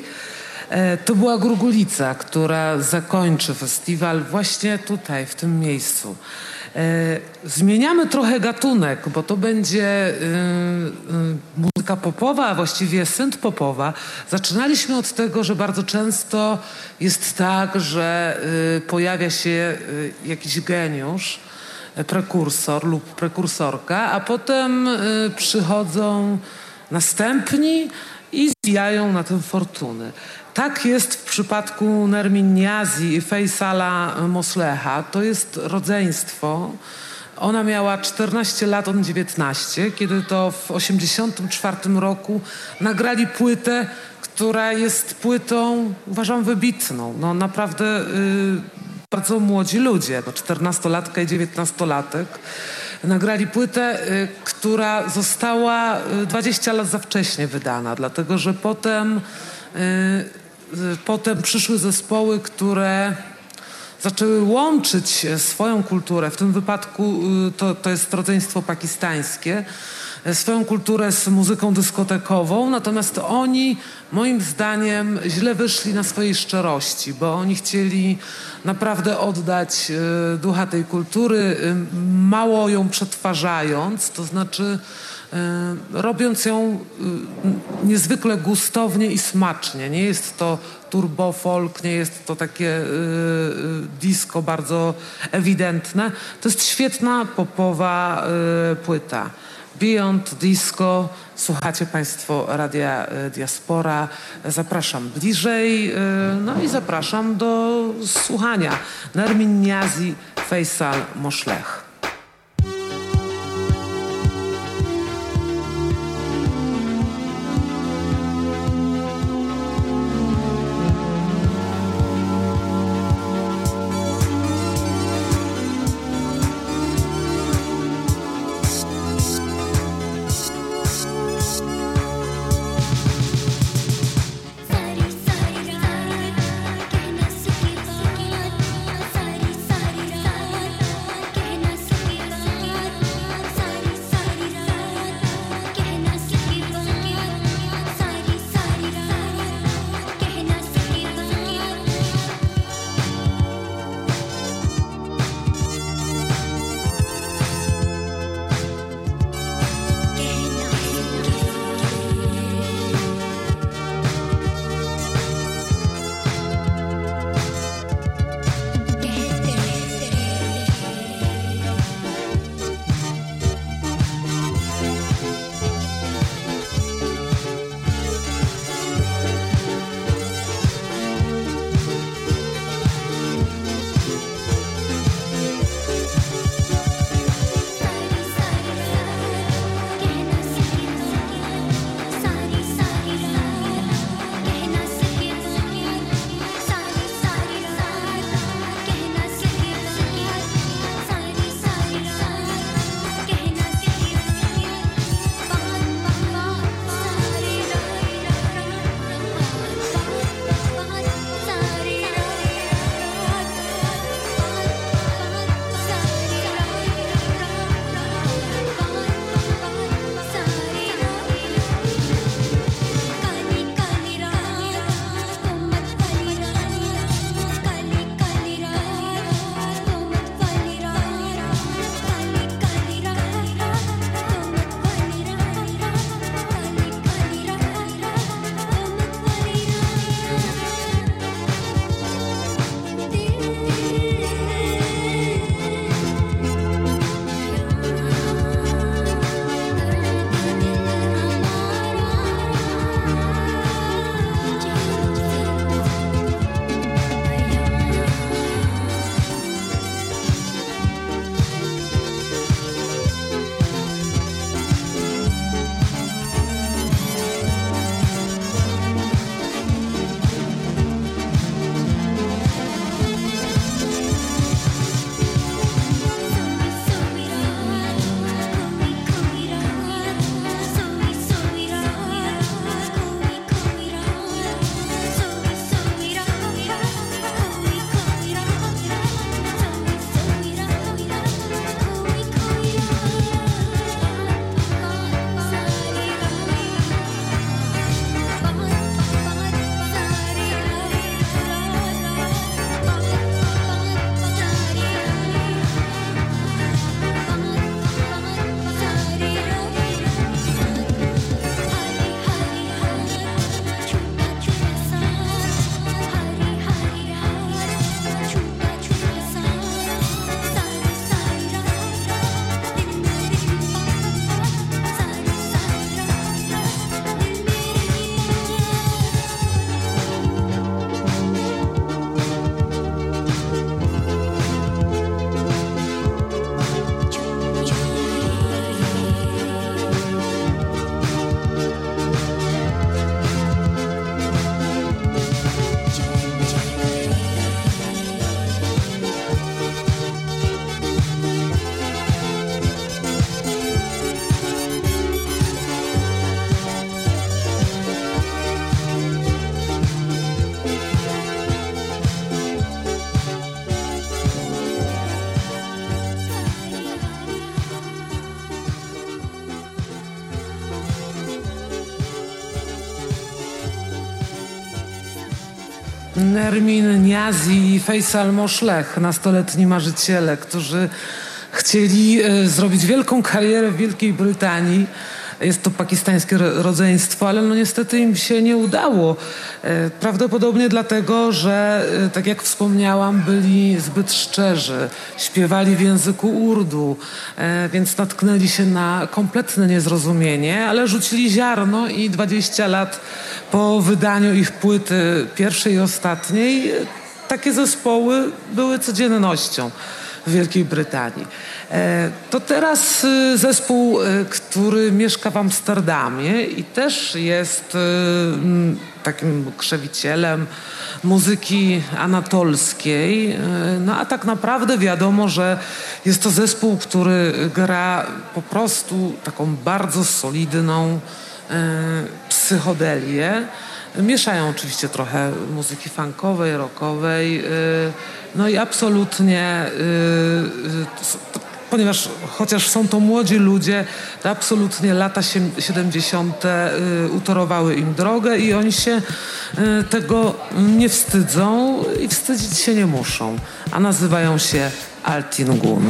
To była Gurgulica, która zakończy festiwal właśnie tutaj, w tym miejscu. Zmieniamy trochę gatunek, bo to będzie muzyka popowa, a właściwie synth-popowa. Zaczynaliśmy od tego, że bardzo często jest tak, że pojawia się jakiś geniusz, prekursor lub prekursorka, a potem przychodzą następni i zbijają na tym fortuny. Tak jest w przypadku Nermin Niazi i Faisala Mosleha. To jest rodzeństwo. Ona miała 14 lat, on 19, kiedy to w 1984 roku nagrali płytę, która jest płytą, uważam, wybitną. No naprawdę bardzo młodzi ludzie, 14-latka i 19-latek. Nagrali płytę, która została 20 lat za wcześnie wydana, dlatego że potem przyszły zespoły, które zaczęły łączyć swoją kulturę, w tym wypadku to jest rodzeństwo pakistańskie, swoją kulturę z muzyką dyskotekową, natomiast oni moim zdaniem źle wyszli na swojej szczerości, bo oni chcieli naprawdę oddać ducha tej kultury, mało ją przetwarzając, to znaczy robiąc ją niezwykle gustownie i smacznie. Nie jest to turbo folk, nie jest to takie disco bardzo ewidentne. To jest świetna popowa płyta. Beyond Disco. Słuchacie Państwo Radia Diaspora. Zapraszam bliżej, no i zapraszam do słuchania. Nermin Niazi, Faisal Moshleh. कहना Nermin Niazi i Faisal Moszlech, nastoletni marzyciele, którzy chcieli zrobić wielką karierę w Wielkiej Brytanii. Jest to pakistańskie rodzeństwo, ale no niestety im się nie udało. Prawdopodobnie dlatego, że tak jak wspomniałam, byli zbyt szczerzy. Śpiewali w języku urdu, więc natknęli się na kompletne niezrozumienie, ale rzucili ziarno i 20 lat po wydaniu ich płyty pierwszej i ostatniej takie zespoły były codziennością w Wielkiej Brytanii. To teraz zespół, który mieszka w Amsterdamie i też jest takim krzewicielem muzyki anatolskiej. No a tak naprawdę wiadomo, że jest to zespół, który gra po prostu taką bardzo solidną psychodelię. Mieszają oczywiście trochę muzyki funkowej, rockowej. No i absolutnie, ponieważ chociaż są to młodzi ludzie, to absolutnie lata 70. utorowały im drogę i oni się tego nie wstydzą i wstydzić się nie muszą, a nazywają się Altin Gun.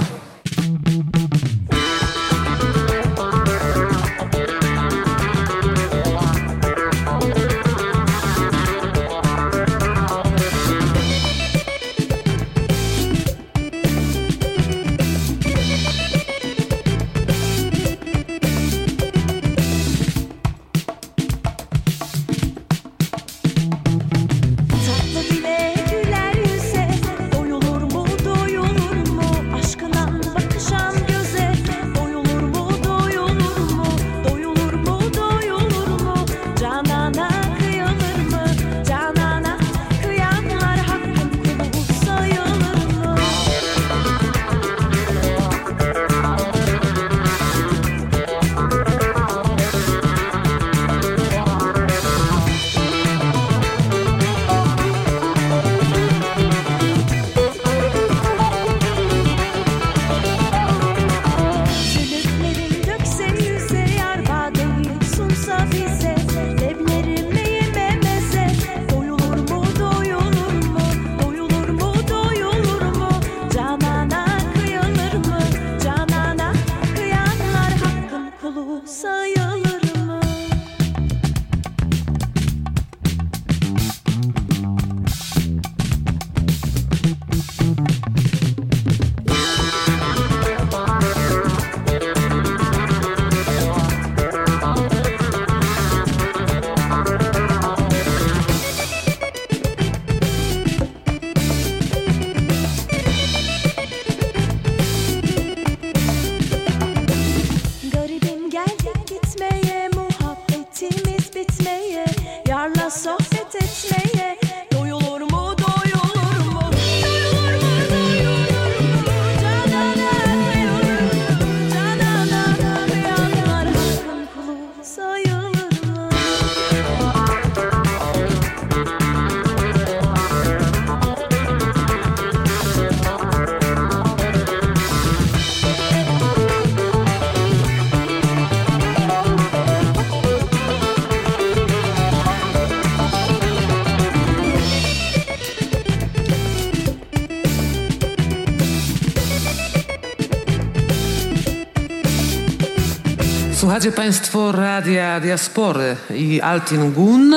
Słuchacie Państwo Radia Diaspory i Altin Gun.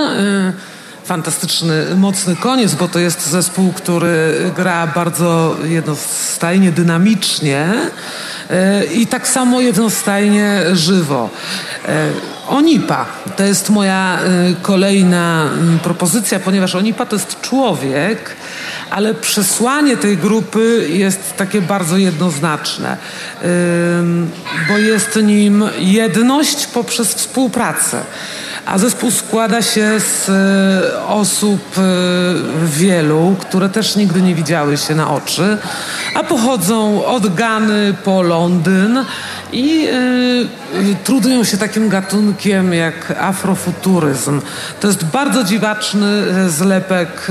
Fantastyczny, mocny koniec, bo to jest zespół, który gra bardzo jednostajnie, dynamicznie i tak samo jednostajnie żywo. Onipa to jest moja kolejna propozycja, ponieważ Onipa to jest człowiek, ale przesłanie tej grupy jest takie bardzo jednoznaczne, bo jest nim jedność poprzez współpracę. A zespół składa się z osób wielu, które też nigdy nie widziały się na oczy, a pochodzą od Gany po Londyn i trudnią się takim gatunkiem jak afrofuturyzm. To jest bardzo dziwaczny zlepek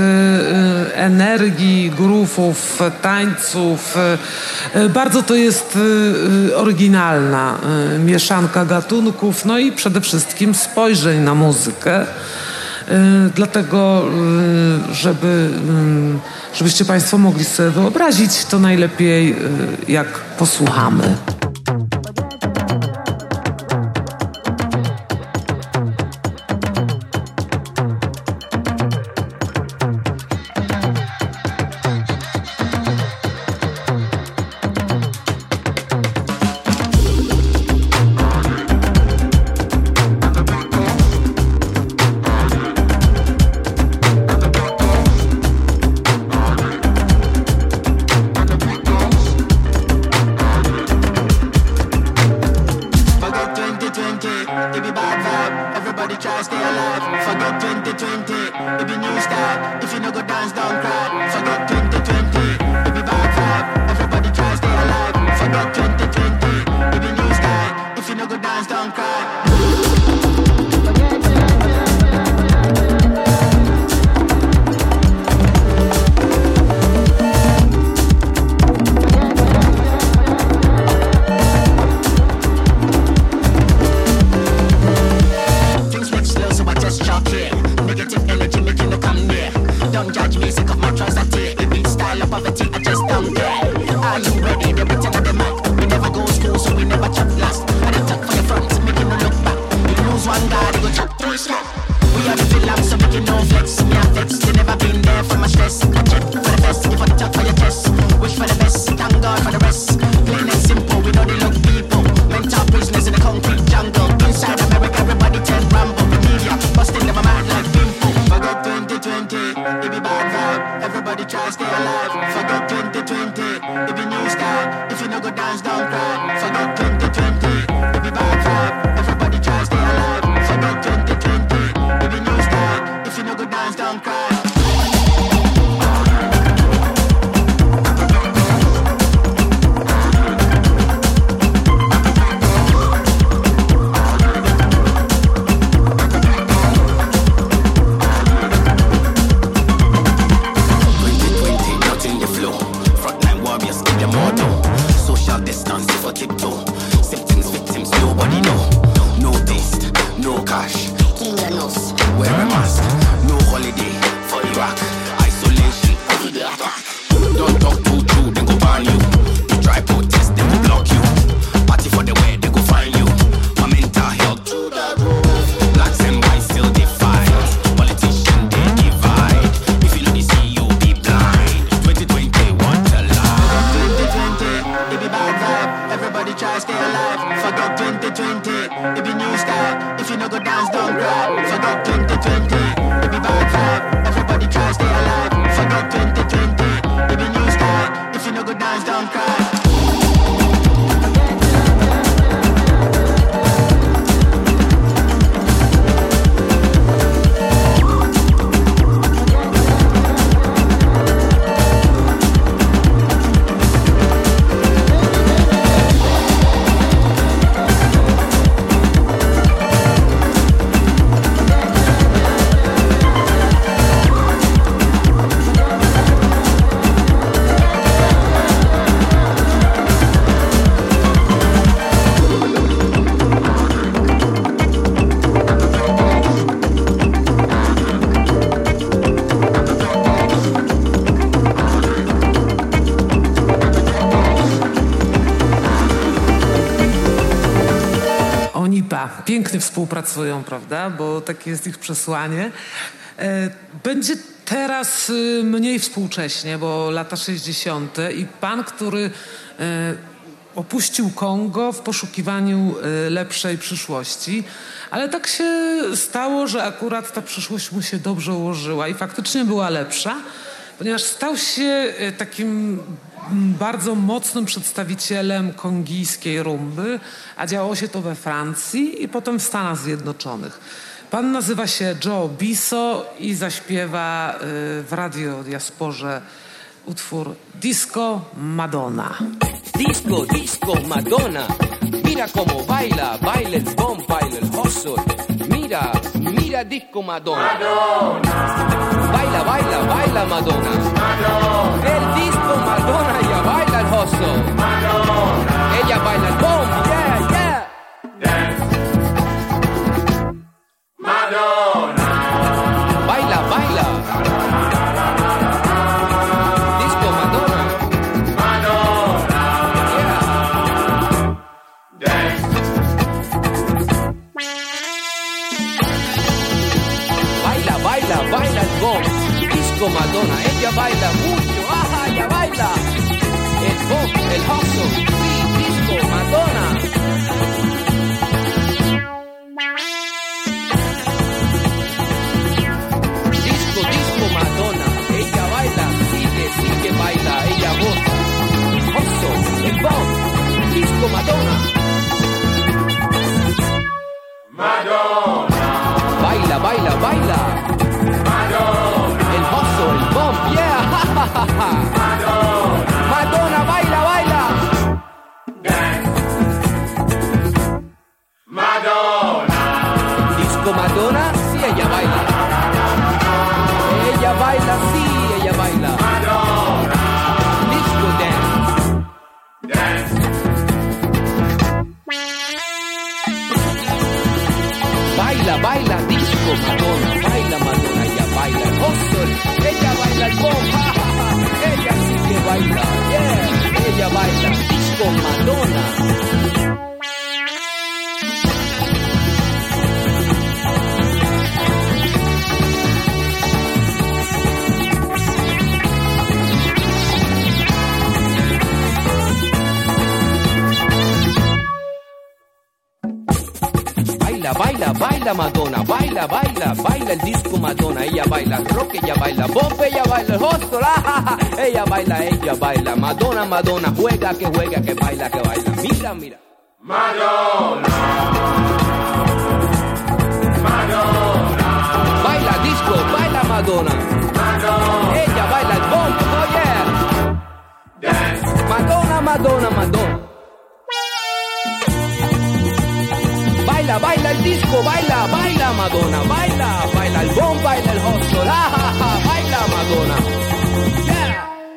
energii, groovów, tańców. Bardzo to jest oryginalna mieszanka gatunków, no i przede wszystkim spojrzeń na muzykę. Dlatego, żebyście Państwo mogli sobie wyobrazić, to najlepiej jak posłuchamy. Pięknie współpracują, prawda? Bo takie jest ich przesłanie. Będzie teraz mniej współcześnie, bo lata 60. i pan, który opuścił Kongo w poszukiwaniu lepszej przyszłości, ale tak się stało, że akurat ta przyszłość mu się dobrze ułożyła i faktycznie była lepsza, ponieważ stał się takim bardzo mocnym przedstawicielem kongijskiej rumby, a działo się to we Francji i potem w Stanach Zjednoczonych. Pan nazywa się Joe Biso i zaśpiewa w radiodiasporze utwór Disco Madonna. Disco, disco Madonna, mira como baila, baila el bomb, baila el hustle. Mira, mira Disco Madonna. Madonna. Baila, baila, baila Madonna. Madonna. El disco Madonna, ella baila el hustle. Madonna. Ella baila el bomb, yeah, yeah. Dance. Madonna. Madonna, ella baila mucho, ajá, ella baila. El pop, el hustle, sí, disco, Madonna. Disco, disco, Madonna, ella baila, sigue, baila, ella goza. El hustle, el pop, disco, Madonna. Madonna. Baila, baila, baila. Madonna. El hustle, el bump, yeah. Madonna. Madonna, baila, baila. Dance. Madonna. Disco Madonna, sí, ella baila. Ella baila, sí, ella baila. Madonna. Disco dance. Dance. Baila, baila, disco Madonna. Baila, Madonna, ella baila el hustle. Ella baila el bomb, ja, ja, ja. Ella sí que baila, yeah. Ella baila, disco Madonna. Baila, baila Madonna, baila, baila, baila el disco Madonna, ella baila rock, ella baila pop, ella baila el hustle, ella baila, Madonna, Madonna, juega, que baila, mira, mira. Madonna. Madonna. Baila disco, baila Madonna. Madonna. Ella baila el bombo, oh yeah. Dance. Madonna, Madonna, Madonna. Baila el disco, baila, Madonna, baila el bomb, baila el hustle, baila Madonna. Yeah.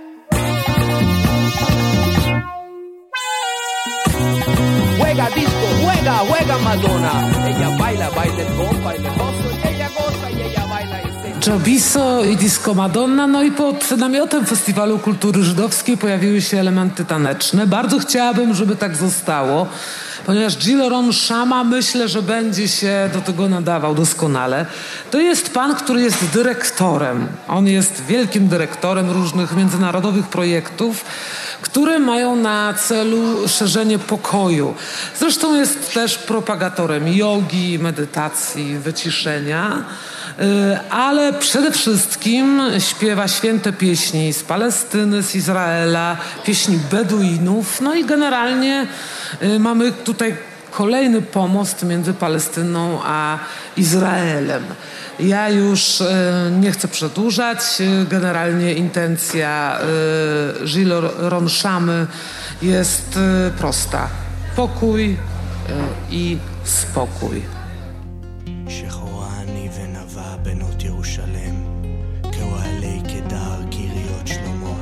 Juega disco, juega Madonna. Ella baila el bomb, baila el hustle, ella goza y ella baila y se... Jobiso i Disco Madonna, no i pod namiotem Festiwalu Kultury Żydowskiej pojawiły się elementy taneczne. Bardzo chciałabym, żeby tak zostało, ponieważ Gilles Ron Shama myślę, że będzie się do tego nadawał doskonale. To jest pan, który jest dyrektorem. On jest wielkim dyrektorem różnych międzynarodowych projektów, które mają na celu szerzenie pokoju. Zresztą jest też propagatorem jogi, medytacji, wyciszenia, ale przede wszystkim śpiewa święte pieśni z Palestyny, z Izraela, pieśni Beduinów, no i generalnie mamy tutaj kolejny pomost między Palestyną a Izraelem. Ja już nie chcę przedłużać. Generalnie intencja Gilles Ron Shamy jest prosta. Pokój i spokój. שחורני ונבע בנות ירושלם כאוהלי קדר קריות שלמה.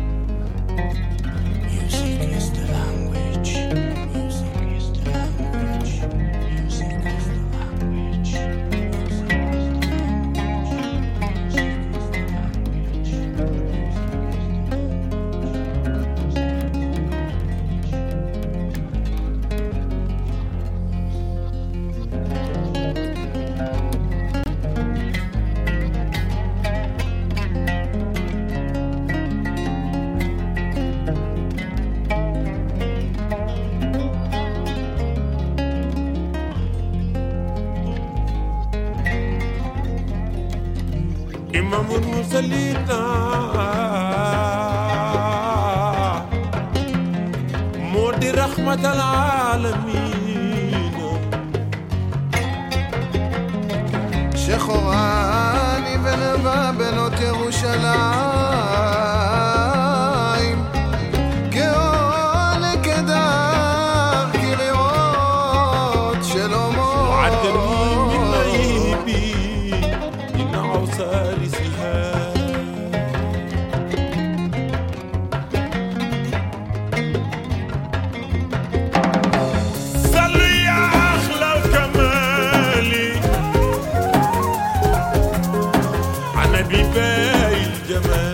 Music is the language. Music is the language. Music is the language. إمام المرسلين مودي رحمة العالمين שחורני ונבע בנות ירושלים כאוהל קדר קריות שלמה وعدني من لعيبي إن عوسالي سهام صلي يا أخلى الكمال على نبي باي الجمال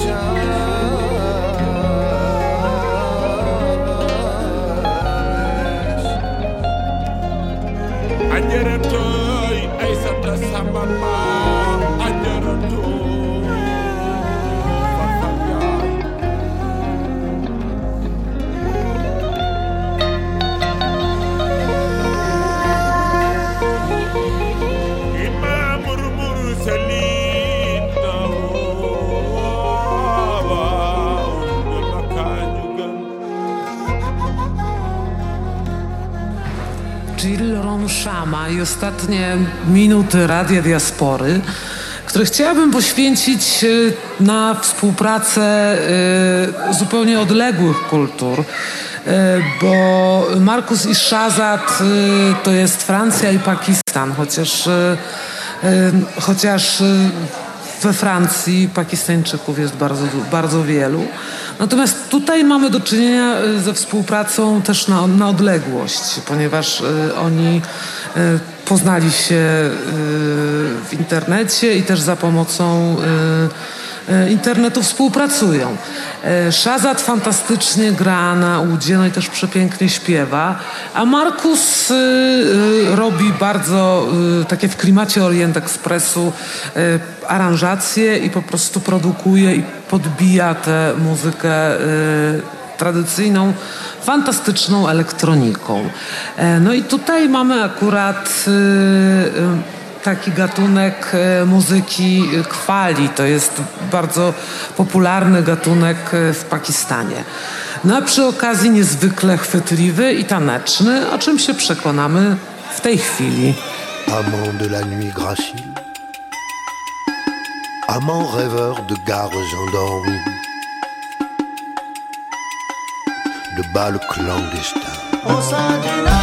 Ajaratoy Aïssata Samba Ma ajaratoy Imamul Mursalin Jill Ron Shama i ostatnie minuty Radia Diaspory, które chciałabym poświęcić na współpracę zupełnie odległych kultur, bo Marcus i Shahzad to jest Francja i Pakistan, chociaż we Francji Pakistańczyków jest bardzo, bardzo wielu. Natomiast tutaj mamy do czynienia ze współpracą też na odległość, ponieważ oni poznali się w internecie i też za pomocą internetu współpracują. Shahzad fantastycznie gra na udzie, no i też przepięknie śpiewa, a Marcus robi bardzo takie w klimacie Orient Expressu aranżacje i po prostu produkuje i podbija tę muzykę tradycyjną, fantastyczną elektroniką. No i tutaj mamy akurat taki gatunek muzyki kwali. To jest bardzo popularny gatunek w Pakistanie. No a przy okazji niezwykle chwytliwy i taneczny, o czym się przekonamy w tej chwili. Amant de la nuit gracile, amant rêveur de gares endormies, de bals clandestins.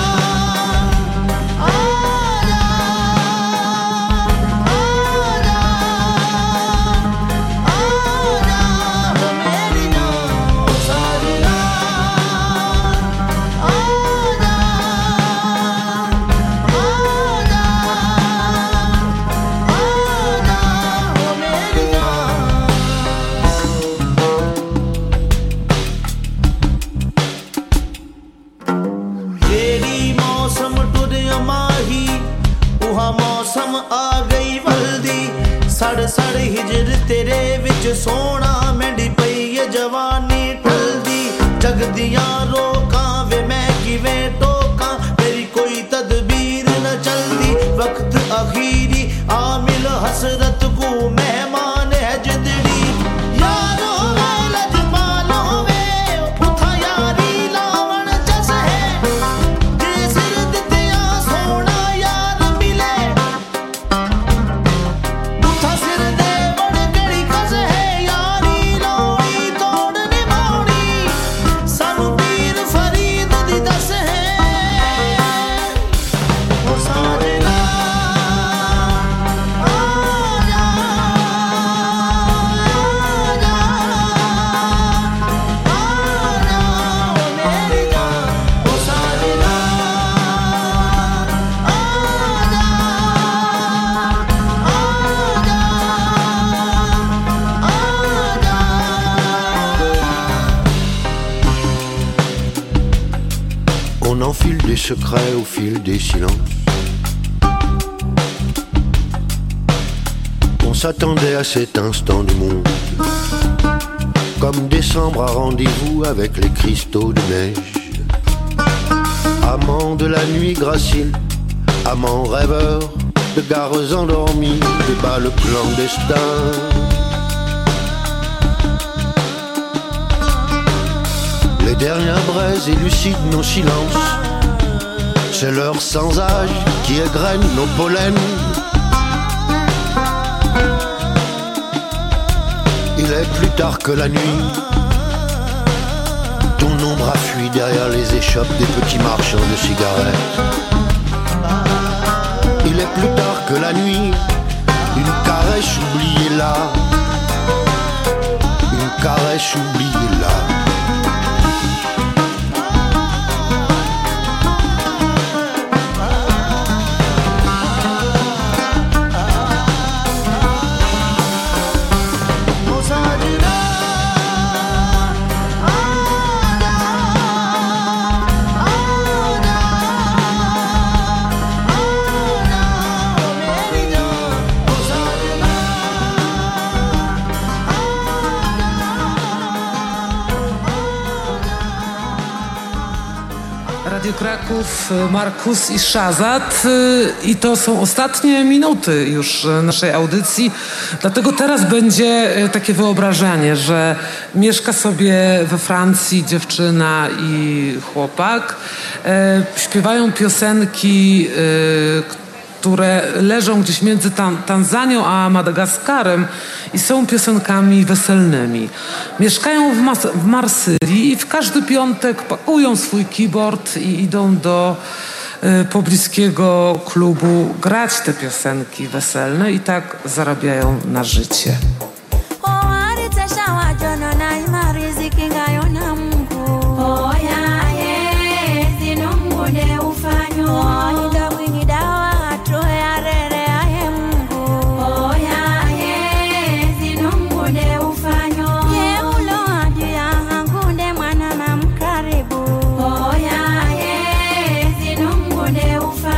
सड़ हिजर तेरे विच सोना मैंडी पई ये जवानी टलदी जगदियां रोकां वे मैं किवें टोकां मेरी कोई तदबीर न चलदी वक्त अखीरी आमिल हसरत को मेहमान है जिदड़ी यारो वे लजपालो वे उठा यारी लावण जस है जे सिर दित्या सोना यार मिले उठा सिर दे बड़ गड़ी कस है यारी लोड़ी तोड़ निभाउनी सानू पीर फरीद दी दस है ओ साजना On enfile des secrets au fil des silences. On s'attendait à cet instant du monde, comme décembre à rendez-vous avec les cristaux de neige. Amant de la nuit gracile, amant rêveur de gares endormies, de bals clandestins. Les dernières braises élucident nos silences. C'est l'heure sans âge qui égrène nos pollens. Il est plus tard que la nuit. Ton ombre a fui derrière les échoppes des petits marchands de cigarettes. Il est plus tard que la nuit. Une caresse oubliée là. Une caresse oubliée là. ओ साजना Radio Kraków, Markus i Shazad. I to są ostatnie minuty już naszej audycji. Dlatego teraz będzie takie wyobrażenie, że mieszka sobie we Francji dziewczyna i chłopak. Śpiewają piosenki, które leżą gdzieś między Tanzanią a Madagaskarem i są piosenkami weselnymi. Mieszkają w Marsylii i w każdy piątek pakują swój keyboard i idą do pobliskiego klubu grać te piosenki weselne i tak zarabiają na życie.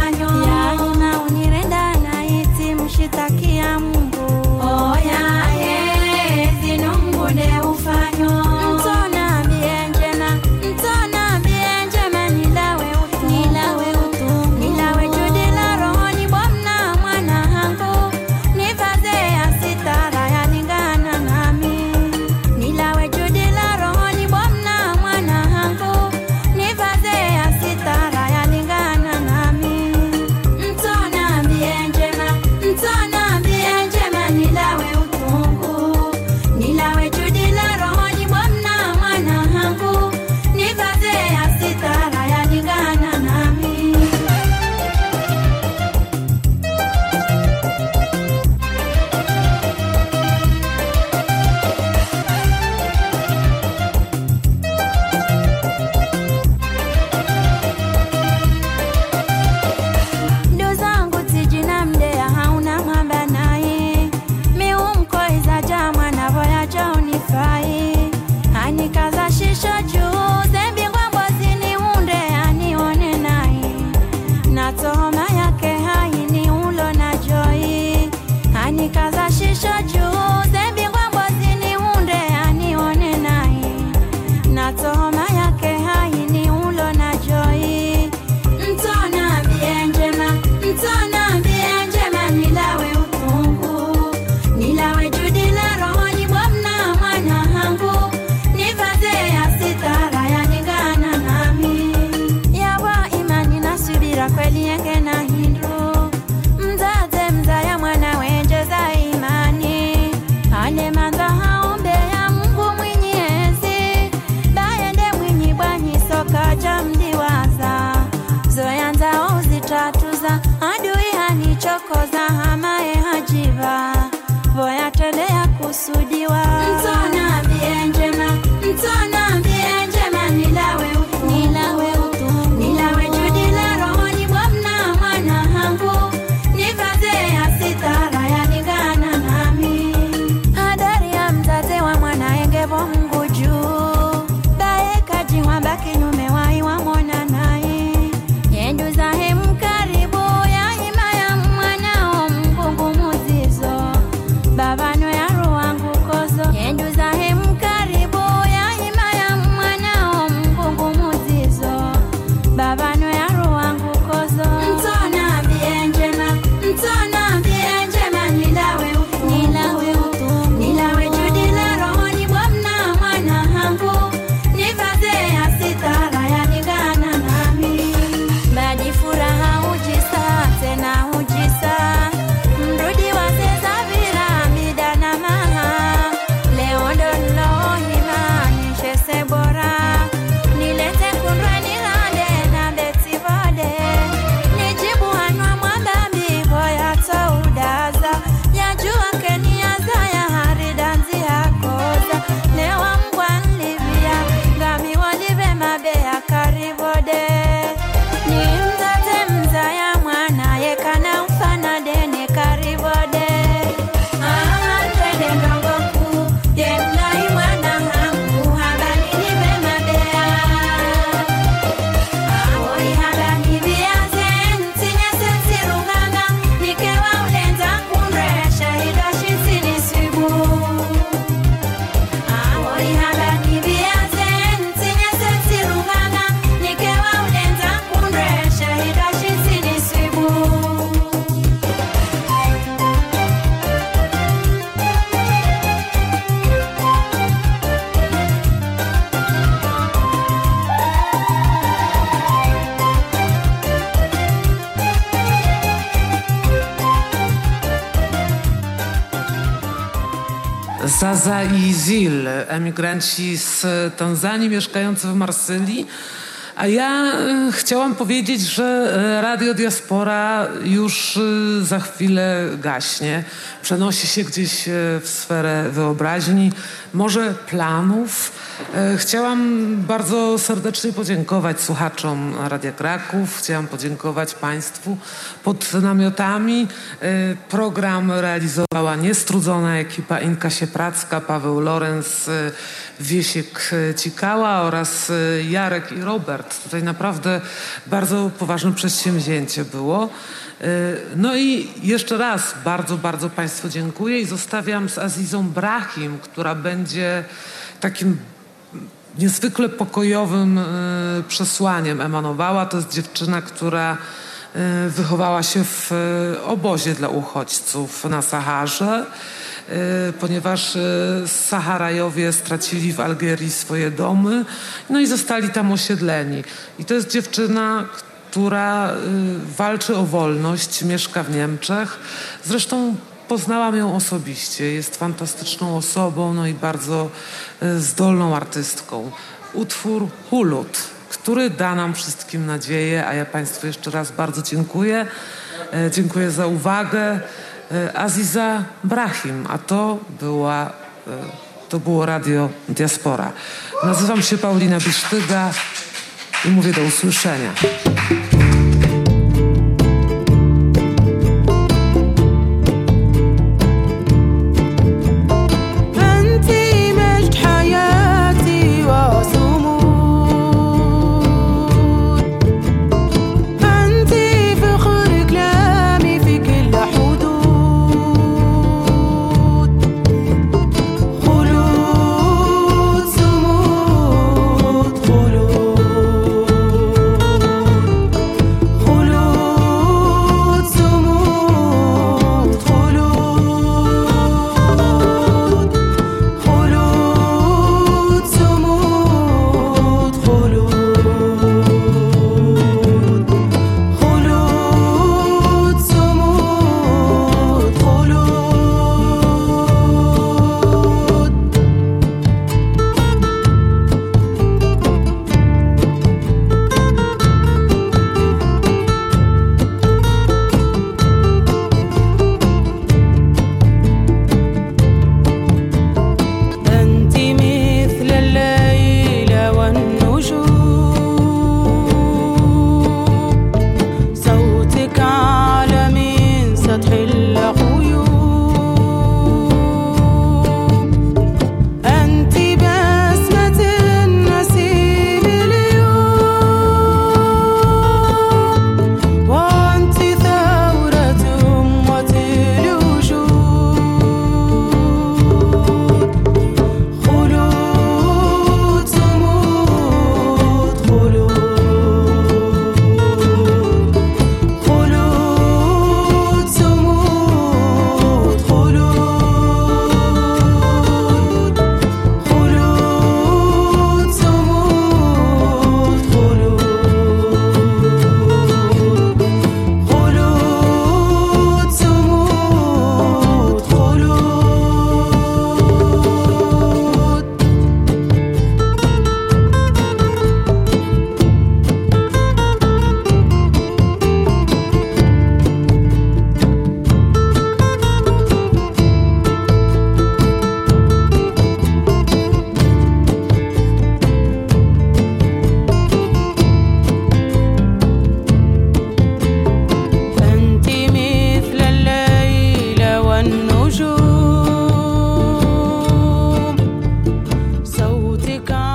Mungu, oh yeah, yeah. Zaza i Zil, emigranci z Tanzanii mieszkający w Marsylii. A ja chciałam powiedzieć, że Radio Diaspora już za chwilę gaśnie. Przenosi się gdzieś w sferę wyobraźni, może planów. Chciałam bardzo serdecznie podziękować słuchaczom Radia Kraków. Chciałam podziękować Państwu pod namiotami. Program realizowała niestrudzona ekipa Inka Siepracka, Paweł Lorenz, Wiesiek Cikała oraz Jarek i Robert. Tutaj naprawdę bardzo poważne przedsięwzięcie było. No i jeszcze raz bardzo, bardzo Państwu dziękuję i zostawiam z Azizą Brahim, która będzie takim niezwykle pokojowym przesłaniem emanowała. To jest dziewczyna, która wychowała się w obozie dla uchodźców na Saharze, ponieważ Saharajowie stracili w Algierii swoje domy, no i zostali tam osiedleni. I to jest dziewczyna, która walczy o wolność, mieszka w Niemczech. Zresztą poznałam ją osobiście. Jest fantastyczną osobą, no i bardzo zdolną artystką. Utwór Hulut, który da nam wszystkim nadzieję, a ja Państwu jeszcze raz bardzo dziękuję. Dziękuję za uwagę. Aziza Brahim, a to było Radio Diaspora. Nazywam się Paulina Bisztyga i mówię do usłyszenia. صوتك